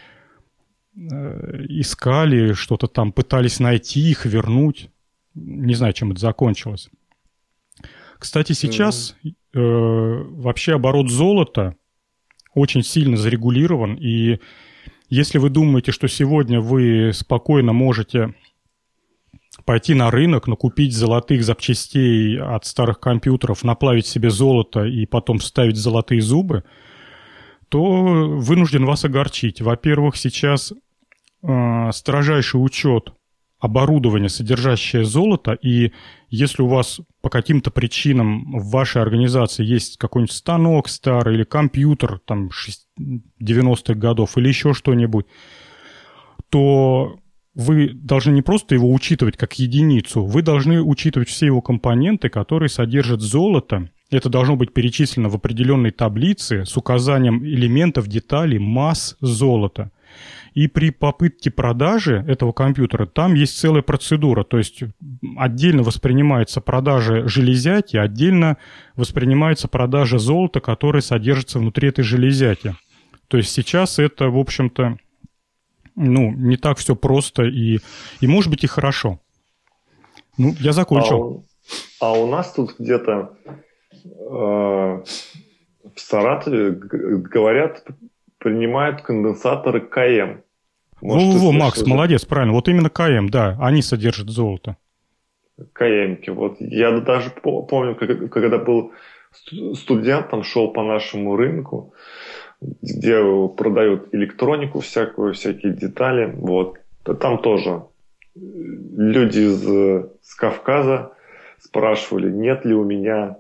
искали, что-то там пытались найти их, вернуть. Не знаю, чем это закончилось. Кстати, сейчас вообще оборот золота очень сильно зарегулирован, и если вы думаете, что сегодня вы спокойно можете пойти на рынок, накупить золотых запчастей от старых компьютеров, наплавить себе золото и потом вставить золотые зубы, то вынужден вас огорчить. Во-первых, сейчас строжайший учет оборудования, содержащее золото, и если у вас по каким-то причинам в вашей организации есть какой-нибудь станок старый или компьютер там 90-х годов или еще что-нибудь, то вы должны не просто его учитывать как единицу, вы должны учитывать все его компоненты, которые содержат золото. Это должно быть перечислено в определенной таблице с указанием элементов, деталей, масс золота. И при попытке продажи этого компьютера там есть целая процедура. То есть отдельно воспринимается продажа железяки, отдельно воспринимается продажа золота, которое содержится внутри этой железяки. То есть сейчас это, в общем-то, не так все просто и может быть, и хорошо. Я закончил.
А у нас тут где-то в Саратове, говорят, принимают конденсаторы КМ.
Во, Макс, молодец, правильно. Вот именно КМ, да, они содержат золото.
КМ-ки. Вот я даже помню, когда был студентом, шел по нашему рынку, где продают электронику всякую, всякие детали. Вот. Там тоже люди с Кавказа спрашивали, нет ли у меня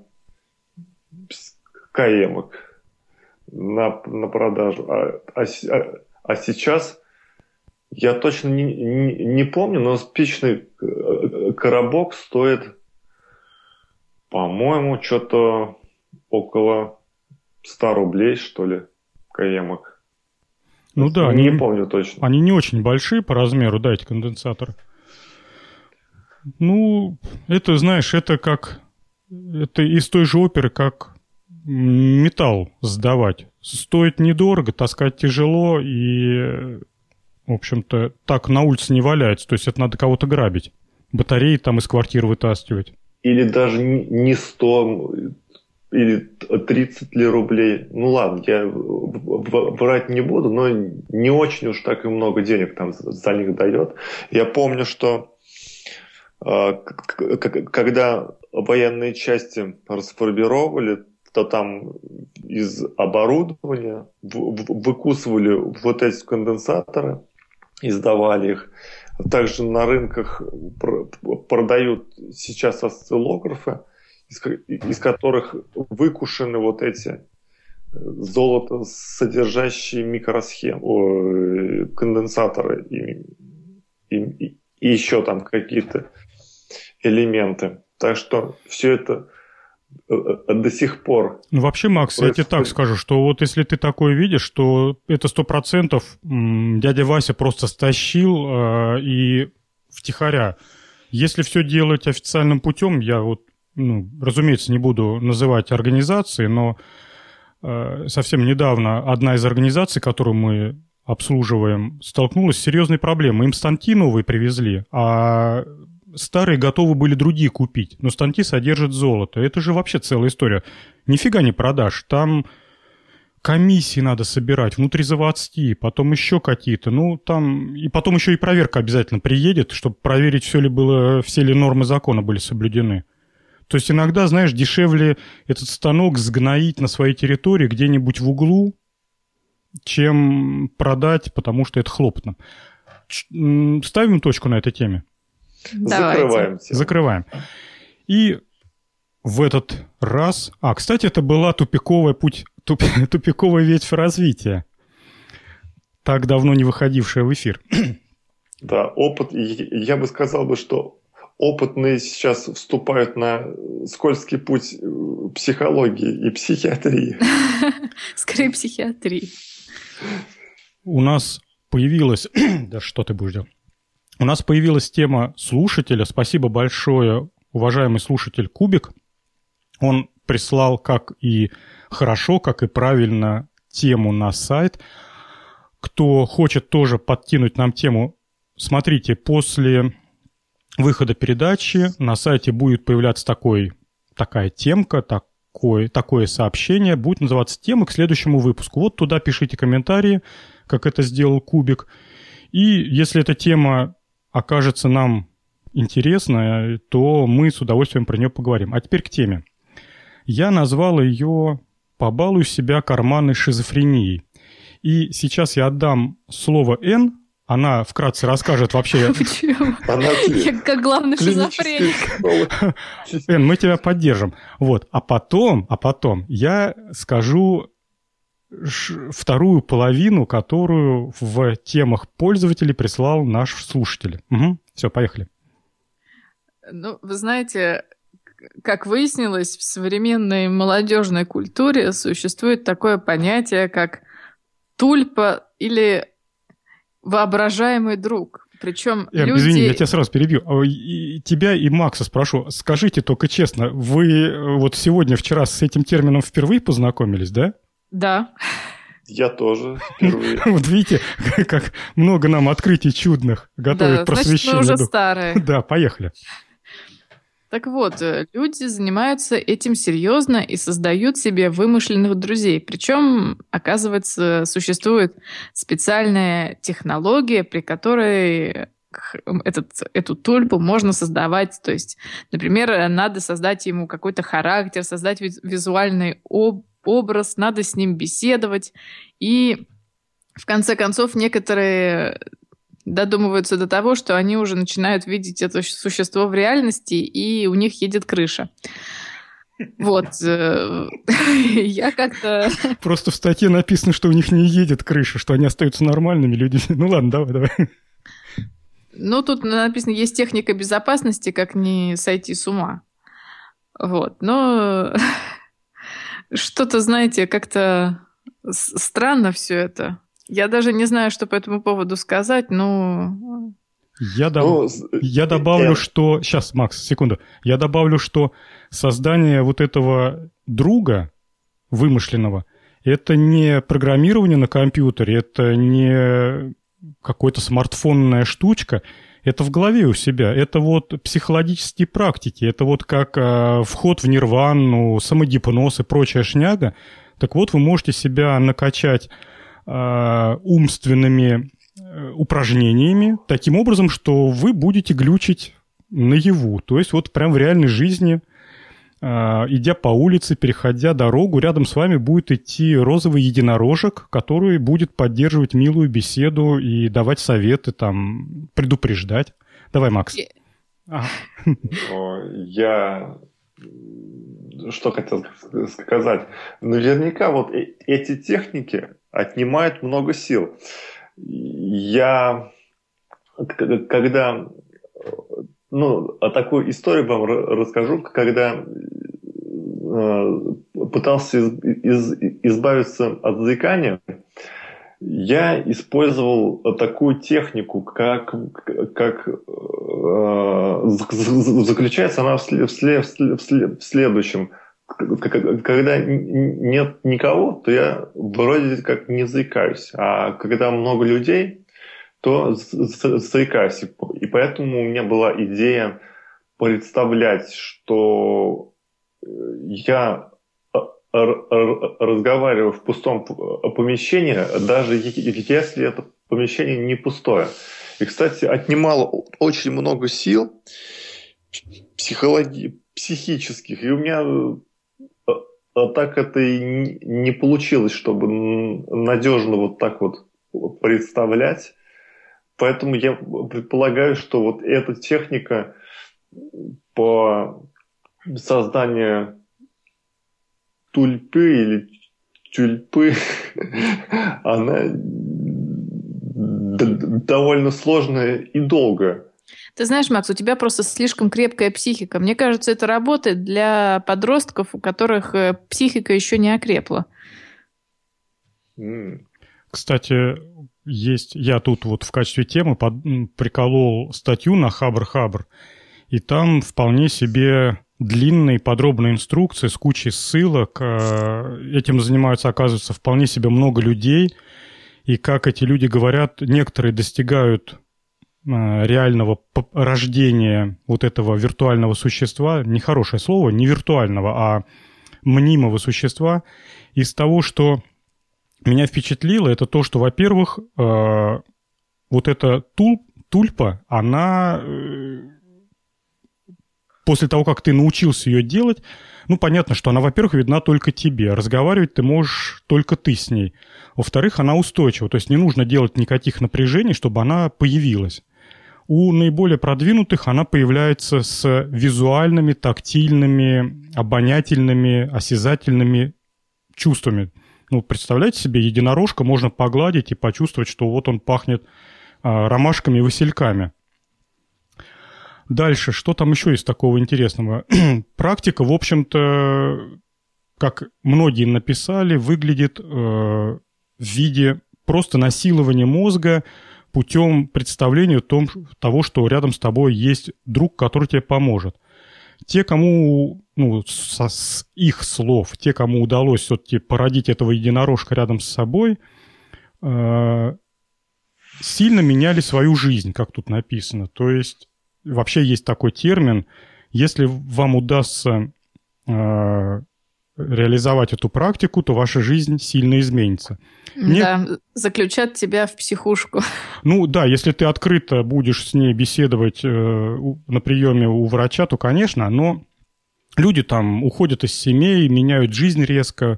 КМ-ок на продажу. А сейчас я точно не помню, но спичный коробок стоит, по-моему, что-то около 100 рублей, что ли, КМ-ок.
Ну да,
не помню точно.
Они не очень большие по размеру, да, эти конденсаторы. Ну, это, знаешь, это из той же оперы, как металл сдавать. Стоит недорого, таскать тяжело и, в общем-то, так на улице не валяется. То есть это надо кого-то грабить. Батареи там из квартиры вытаскивать.
Или даже не 100, или 30 ли рублей. Ну ладно, я врать не буду, но не очень уж так и много денег там за них дает. Я помню, что когда военные части расформировали, то там из оборудования выкусывали вот эти конденсаторы и сдавали их. Также на рынках продают сейчас осциллографы, из которых выкушены вот эти золото содержащие микросхемы, конденсаторы и еще там какие-то элементы. Так что все это до сих пор.
Ну, вообще, Макс, я тебе так скажу, что вот если ты такое видишь, то это 100% дядя Вася просто стащил и втихаря. Если все делать официальным путем, я вот, разумеется, не буду называть организации, но совсем недавно одна из организаций, которую мы обслуживаем, столкнулась с серьезной проблемой. Им станки новые привезли, а старые готовы были другие купить, но станки содержат золото. Это же вообще целая история. Нифига не продашь. Там комиссии надо собирать, внутризаводские, потом еще какие-то. И потом еще и проверка обязательно приедет, чтобы проверить, все ли нормы закона были соблюдены. То есть иногда, знаешь, дешевле этот станок сгноить на своей территории где-нибудь в углу, чем продать, потому что это хлопотно. Ставим точку на этой теме. Закрываем. И в этот раз... кстати, это была тупиковая ветвь развития, так давно не выходившая в эфир.
Да, опыт... Я бы сказал, что опытные сейчас вступают на скользкий путь психологии и психиатрии.
Скорее, психиатрии.
У нас появилась... Да что ты будешь делать? У нас появилась тема слушателя. Спасибо большое, уважаемый слушатель Кубик. Он прислал как и хорошо, как и правильно тему на сайт. Кто хочет тоже подкинуть нам тему, смотрите, после выхода передачи на сайте будет появляться такая темка, такое сообщение. Будет называться «Тема к следующему выпуску». Вот туда пишите комментарии, как это сделал Кубик. И если эта тема окажется нам интересной, то мы с удовольствием про нее поговорим. А теперь к теме. Я назвал ее «Побалуй себя карманной шизофренией». И сейчас я отдам слово Н. Она вкратце расскажет вообще...
Почему? Я как главный шизофреник.
Н, мы тебя поддержим. Вот. А потом я скажу вторую половину, которую в темах пользователей прислал наш слушатель. Угу. Все, поехали.
Вы знаете, как выяснилось, в современной молодежной культуре существует такое понятие, как тульпа или воображаемый друг. Причем люди...
Извини, я тебя сразу перебью. Тебя и Макса спрошу. Скажите только честно, вы вот вчера с этим термином впервые познакомились, да?
Да.
Я тоже впервые.
Вот видите, как много нам открытий чудных готовит просвещение.
Значит, мы уже старые.
Да, поехали.
Так вот, люди занимаются этим серьезно и создают себе вымышленных друзей. Причем, оказывается, существует специальная технология, при которой эту тульпу можно создавать. То есть, например, надо создать ему какой-то характер, создать визуальный образ, надо с ним беседовать. И, в конце концов, некоторые додумываются до того, что они уже начинают видеть это существо в реальности, и у них едет крыша. Вот. Я как-то...
Просто в статье написано, что у них не едет крыша, что они остаются нормальными людьми. Ну ладно, давай.
Ну, тут написано, есть техника безопасности, как не сойти с ума. Вот. Но что-то, знаете, как-то странно все это. Я даже не знаю, что по этому поводу сказать, но... Я добавлю, что... Сейчас, Макс, секунду. Я добавлю, что создание вот этого друга вымышленного, это не программирование на компьютере, это не какая-то смартфонная штучка, это в голове у себя. Это вот психологические практики, это вот как вход в нирвану, самогипноз и прочая шняга. Так вот, вы можете себя накачать умственными упражнениями таким образом, что вы будете глючить наяву. То есть вот прям в реальной жизни, идя по улице, переходя дорогу, рядом с вами будет идти розовый единорожек, который будет поддерживать милую беседу и давать советы, там, предупреждать. Давай, Макс.
Я что хотел сказать. Наверняка вот эти техники отнимают много сил. Я, когда, такую историю вам расскажу, когда пытался избавиться от заикания, я использовал такую технику, как заключается она в следующем. Когда нет никого, то я вроде как не заикаюсь. А когда много людей, то заикаюсь. И поэтому у меня была идея представлять, что я разговариваю в пустом помещении, даже если это помещение не пустое. И, кстати, отнимало очень много сил психических. И у меня так это и не получилось, чтобы надежно вот так вот представлять. Поэтому я предполагаю, что вот эта техника по созданию тульпы или тюльпы, она довольно сложная и долгая.
Ты знаешь, Макс, у тебя просто слишком крепкая психика. Мне кажется, это работает для подростков, у которых психика еще не окрепла.
Кстати, я тут вот в качестве темы приколол статью на Хабр-Хабр, и там вполне себе длинные подробные инструкции с кучей ссылок. Этим занимаются, оказывается, вполне себе много людей. И как эти люди говорят, некоторые достигают реального рождения вот этого виртуального существа, нехорошее слово, не виртуального, а мнимого существа. Из того, что меня впечатлило, это то, что, во-первых, вот эта тульпа, она после того, как ты научился ее делать, понятно, что она, во-первых, видна только тебе. Разговаривать ты можешь только ты с ней. Во-вторых, она устойчива. То есть не нужно делать никаких напряжений, чтобы она появилась. У наиболее продвинутых она появляется с визуальными, тактильными, обонятельными, осязательными чувствами. Представляете себе, единорожка можно погладить и почувствовать, что вот он пахнет ромашками и васильками. Дальше, что там еще есть такого интересного? Практика, в общем-то, как многие написали, выглядит в виде просто насилования мозга путем представления того, что рядом с тобой есть друг, который тебе поможет. Те, кому, с их слов, те, кому удалось все-таки породить этого единорожка рядом с собой, сильно меняли свою жизнь, как тут написано. То есть вообще есть такой термин Если вам удастся реализовать эту практику, то ваша жизнь сильно изменится.
Да, заключат тебя в психушку.
Ну да, если ты открыто будешь с ней беседовать на приеме у врача, то, конечно, но люди там уходят из семей, меняют жизнь резко.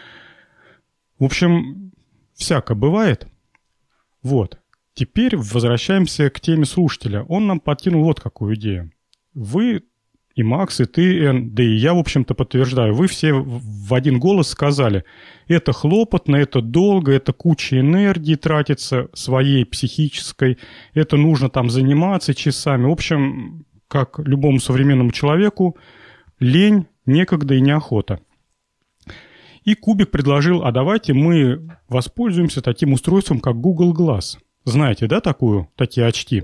В общем, всяко бывает. Вот. Теперь возвращаемся к теме слушателя. Он нам подкинул вот какую идею. Вы и Макс, и ты, Эн, да и я, в общем-то, подтверждаю, вы все в один голос сказали, это хлопотно, это долго, это куча энергии тратится своей психической, это нужно там заниматься часами. В общем, как любому современному человеку, лень, некогда и неохота. И Кубик предложил, а давайте мы воспользуемся таким устройством, как Google Glass. Знаете, да, такие очки?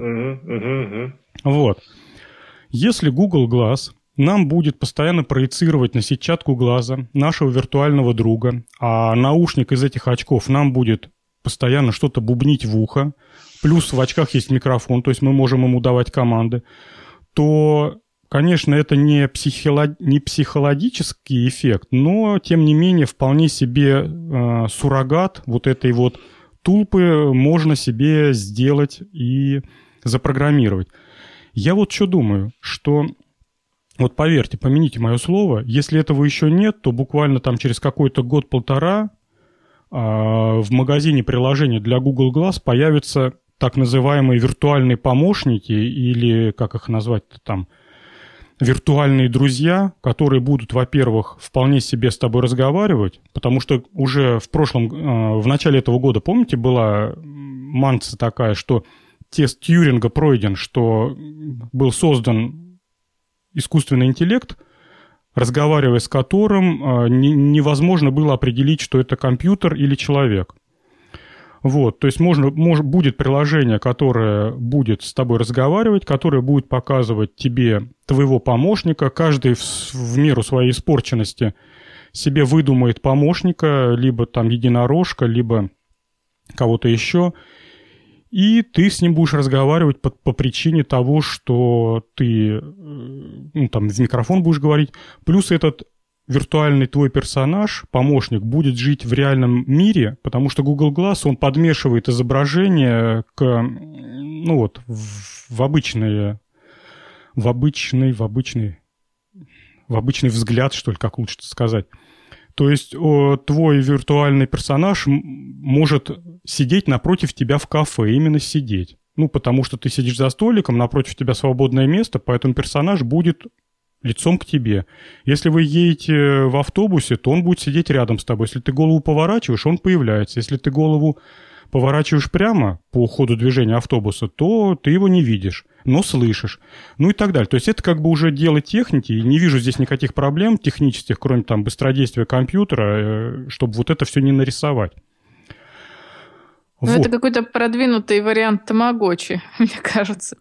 Вот. Если Google Glass нам будет постоянно проецировать на сетчатку глаза нашего виртуального друга, а наушник из этих очков нам будет постоянно что-то бубнить в ухо, плюс в очках есть микрофон, то есть мы можем ему давать команды, то, конечно, это не психологический эффект, но, тем не менее, вполне себе суррогат вот этой вот тулпы можно себе сделать и запрограммировать. Я вот что думаю, что, вот поверьте, помяните мое слово, если этого еще нет, то буквально там через какой-то год-полтора в магазине приложений для Google Glass появятся так называемые виртуальные помощники или, как их назвать-то там, виртуальные друзья, которые будут, во-первых, вполне себе с тобой разговаривать, потому что уже в начале этого года, помните, была манца такая, что тест Тьюринга пройден, что был создан искусственный интеллект, разговаривая с которым невозможно было определить, что это компьютер или человек. Вот, то есть будет приложение, которое будет с тобой разговаривать, которое будет показывать тебе твоего помощника. Каждый в меру своей испорченности себе выдумает помощника, либо там единорожка, либо кого-то еще. И ты с ним будешь разговаривать по причине того, что ты там в микрофон будешь говорить. Плюс этот виртуальный твой персонаж, помощник, будет жить в реальном мире, потому что Google Glass, он подмешивает изображение в обычный взгляд, что ли, как лучше сказать. То есть твой виртуальный персонаж может сидеть напротив тебя в кафе, именно сидеть. Ну, потому что ты сидишь за столиком, напротив тебя свободное место, поэтому персонаж будет лицом к тебе. Если вы едете в автобусе, то он будет сидеть рядом с тобой. Если ты голову поворачиваешь, он появляется. Если ты голову поворачиваешь прямо по ходу движения автобуса, то ты его не видишь, но слышишь. Ну и так далее. То есть это как бы уже дело техники, и не вижу здесь никаких проблем технических, кроме там быстродействия компьютера, чтобы вот это все не нарисовать.
Ну, вот. Это какой-то продвинутый вариант тамагочи, мне кажется.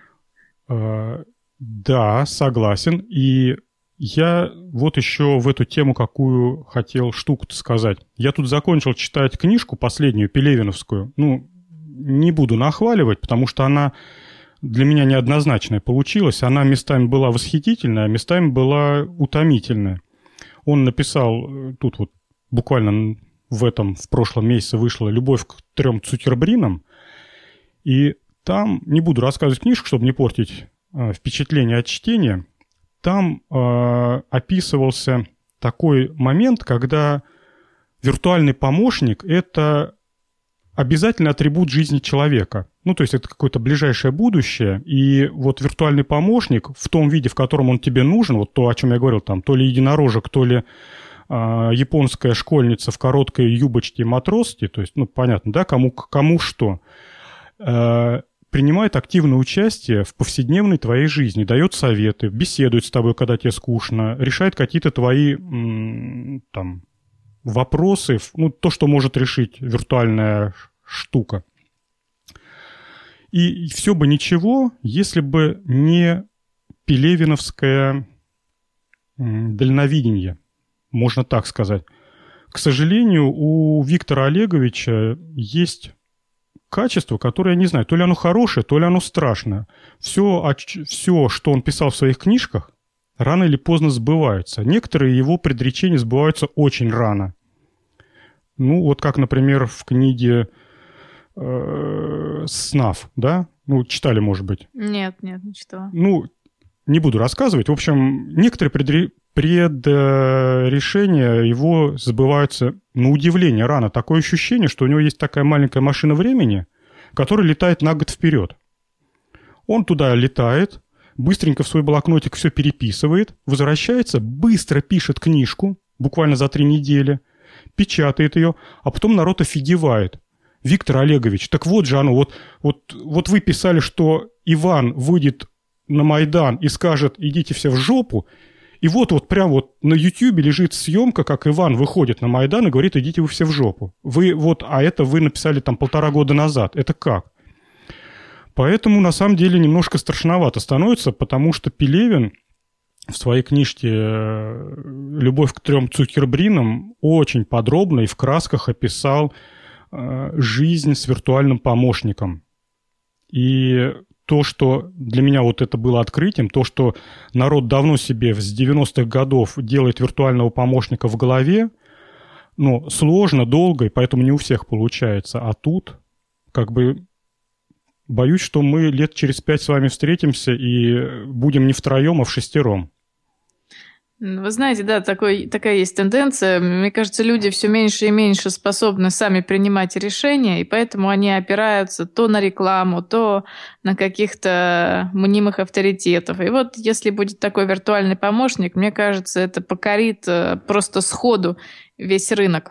Да, согласен. И я вот еще в эту тему какую хотел штуку-то сказать. Я тут закончил читать книжку последнюю, пелевиновскую. Ну, не буду нахваливать, потому что она для меня неоднозначная получилась. Она местами была восхитительная, а местами была утомительная. Он написал, тут вот буквально в прошлом месяце вышла «Любовь к 3 цукербринам». И там, не буду рассказывать книжку, чтобы не портить впечатление от чтения, там описывался такой момент, когда виртуальный помощник – это обязательный атрибут жизни человека. Ну, то есть это какое-то ближайшее будущее, и вот виртуальный помощник в том виде, в котором он тебе нужен, вот то, о чем я говорил, там, то ли единорожек, то ли японская школьница в короткой юбочке и матроске, то есть, ну, понятно, да, кому что, принимает активное участие в повседневной твоей жизни, дает советы, беседует с тобой, когда тебе скучно, решает какие-то твои там вопросы, ну, то, что может решить виртуальная штука. И все бы ничего, если бы не пелевиновское дальновидение, можно так сказать. К сожалению, у Виктора Олеговича есть качество, которое, я не знаю, то ли оно хорошее, то ли оно страшное. Все, что он писал в своих книжках, рано или поздно сбываются. Некоторые его предречения сбываются очень рано. Ну, вот как, например, в книге «Снав», да? Ну, читали, может быть?
Нет, не читала.
Ну, не буду рассказывать. В общем, некоторые предрешения его сбываются на удивление рано. Такое ощущение, что у него есть такая маленькая машина времени, которая летает на год вперед. Он туда летает, быстренько в свой блокнотик все переписывает, возвращается, быстро пишет книжку, буквально за 3 недели, печатает ее, а потом народ офигевает. Виктор Олегович, так вот же оно, вот вы писали, что Иван выйдет на Майдан и скажет, идите все в жопу, и вот прям вот на Ютьюбе лежит съемка, как Иван выходит на Майдан и говорит, идите вы все в жопу. А это вы написали там 1,5 года назад. Это как? Поэтому, на самом деле, немножко страшновато становится, потому что Пелевин в своей книжке «Любовь к 3 Цукербринам» очень подробно и в красках описал жизнь с виртуальным помощником. И то, что для меня вот это было открытием, то, что народ давно себе с 90-х годов делает виртуального помощника в голове, ну, сложно, долго, и поэтому не у всех получается. А тут, как бы, боюсь, что мы лет через 5 с вами встретимся и будем не втроем, а в 6.
Вы знаете, да, такая есть тенденция. Мне кажется, люди все меньше и меньше способны сами принимать решения, и поэтому они опираются то на рекламу, то на каких-то мнимых авторитетов. И вот если будет такой виртуальный помощник, мне кажется, это покорит просто сходу весь рынок.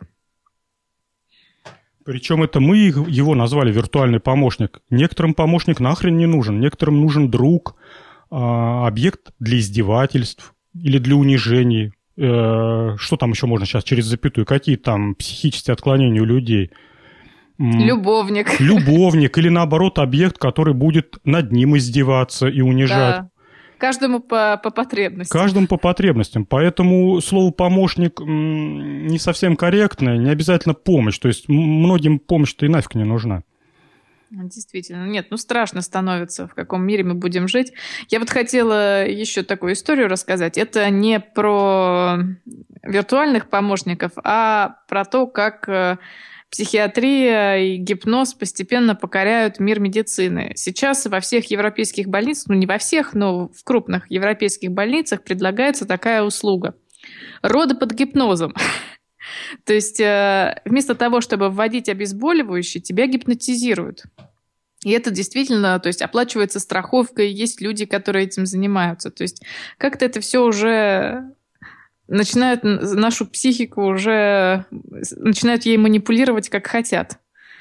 Причем это мы его назвали виртуальный помощник. Некоторым помощник нахрен не нужен, некоторым нужен друг, объект для издевательств или для унижений. Что там еще можно сейчас через запятую? Какие там психические отклонения у людей?
Любовник.
Любовник или, наоборот, объект, который будет над ним издеваться и унижать.
Да. Каждому по потребностям.
Каждому по потребностям. Поэтому слово «помощник» не совсем корректное, не обязательно помощь. То есть многим помощь-то и нафиг не нужна.
Действительно. Нет, страшно становится, в каком мире мы будем жить. Я вот хотела еще такую историю рассказать. Это не про виртуальных помощников, а про то, как психиатрия и гипноз постепенно покоряют мир медицины. Сейчас во всех европейских больницах, не во всех, но в крупных европейских больницах предлагается такая услуга. Роды под гипнозом. То есть вместо того, чтобы вводить обезболивающие, тебя гипнотизируют. И это действительно, то есть оплачивается страховкой, есть люди, которые этим занимаются. То есть как-то это все уже начинают нашу психику уже начинают ей манипулировать как хотят.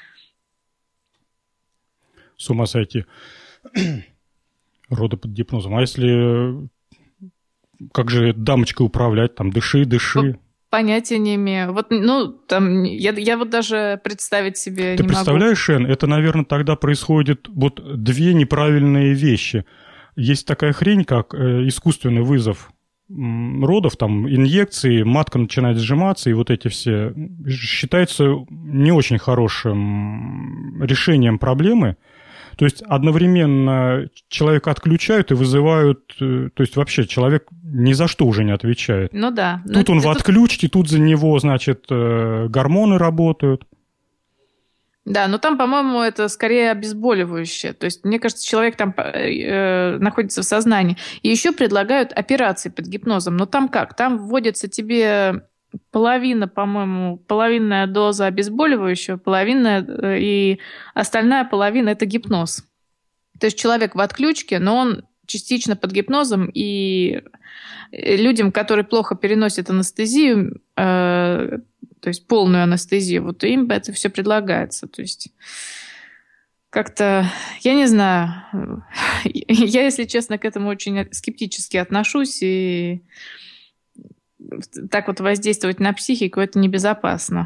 С ума сойти. Роды под гипнозом. А если как же дамочкой управлять? Там дыши.
Понятия не имею. Я вот даже представить себе
Ты
не
представляешь,
могу.
Эн, это, наверное, тогда происходят вот 2 неправильные вещи. Есть такая хрень, как искусственный вызов родов, там инъекции, матка начинает сжиматься, и вот эти все считается не очень хорошим решением проблемы. То есть одновременно человека отключают и вызывают... То есть вообще человек ни за что уже не отвечает.
Ну да.
Тут он в отключке, тут за него, значит, гормоны работают.
Да, но там, по-моему, это скорее обезболивающее. То есть, мне кажется, человек там находится в сознании. И еще предлагают операции под гипнозом. Но там как? Там вводится тебе половинная доза обезболивающего, и остальная половина – это гипноз. То есть человек в отключке, но он частично под гипнозом, и людям, которые плохо переносят анестезию, то есть полную анестезию, вот им это все предлагается. То есть как-то, я не знаю, я, если честно, к этому очень скептически отношусь, и так вот воздействовать на психику – это небезопасно.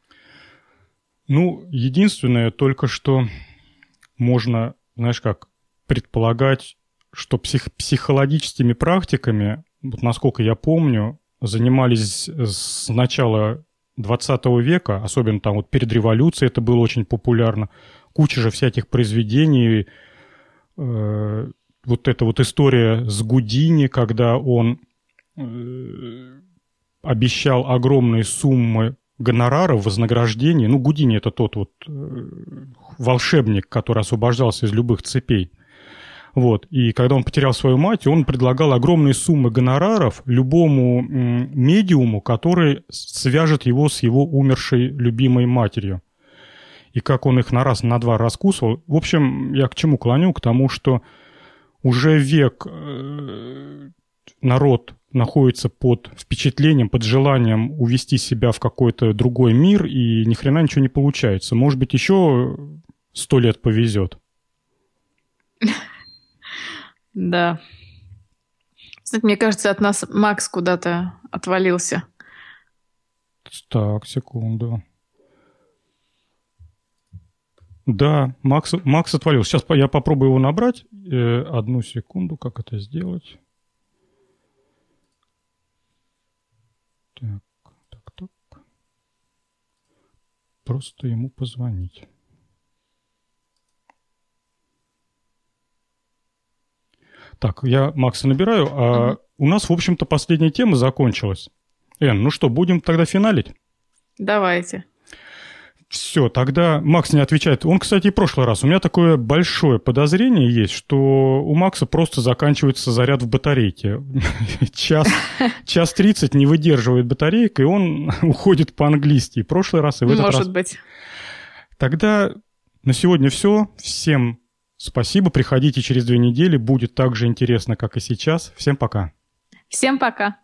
Ну, единственное, только что можно, знаешь как, предполагать, что психологическими практиками, вот насколько я помню, занимались с начала 20 века, особенно там вот перед революцией это было очень популярно. Куча же всяких произведений, вот эта вот история с Гудини, когда он обещал огромные суммы гонораров, вознаграждений. Ну, Гудини — это тот вот волшебник, который освобождался из любых цепей. Вот. И когда он потерял свою мать, он предлагал огромные суммы гонораров любому медиуму, который свяжет его с его умершей любимой матерью. И как он их на раз, на два раскусывал. В общем, я к чему клоню? К тому, что уже век народ находится под впечатлением, под желанием увести себя в какой-то другой мир, и ни хрена ничего не получается. Может быть, еще 100 лет повезет.
Да. Кстати, мне кажется, от нас Макс куда-то отвалился.
Так, секунду. Да, Макс отвалился. Сейчас я попробую его набрать. Одну секунду, как это сделать? Так. Просто ему позвонить. Так, я Макса набираю, а у нас, в общем-то, последняя тема закончилась. Эн, ну что, будем тогда финалить?
Давайте.
Все, тогда Макс не отвечает. Он, кстати, и в прошлый раз. У меня такое большое подозрение есть, что у Макса просто заканчивается заряд в батарейке. Час 30 не выдерживает батарейка, и он уходит по-английски. И в прошлый раз, и в этот раз.
Может быть.
Тогда на сегодня все. Всем спасибо. Приходите через 2 недели. Будет так же интересно, как и сейчас. Всем пока.
Всем пока.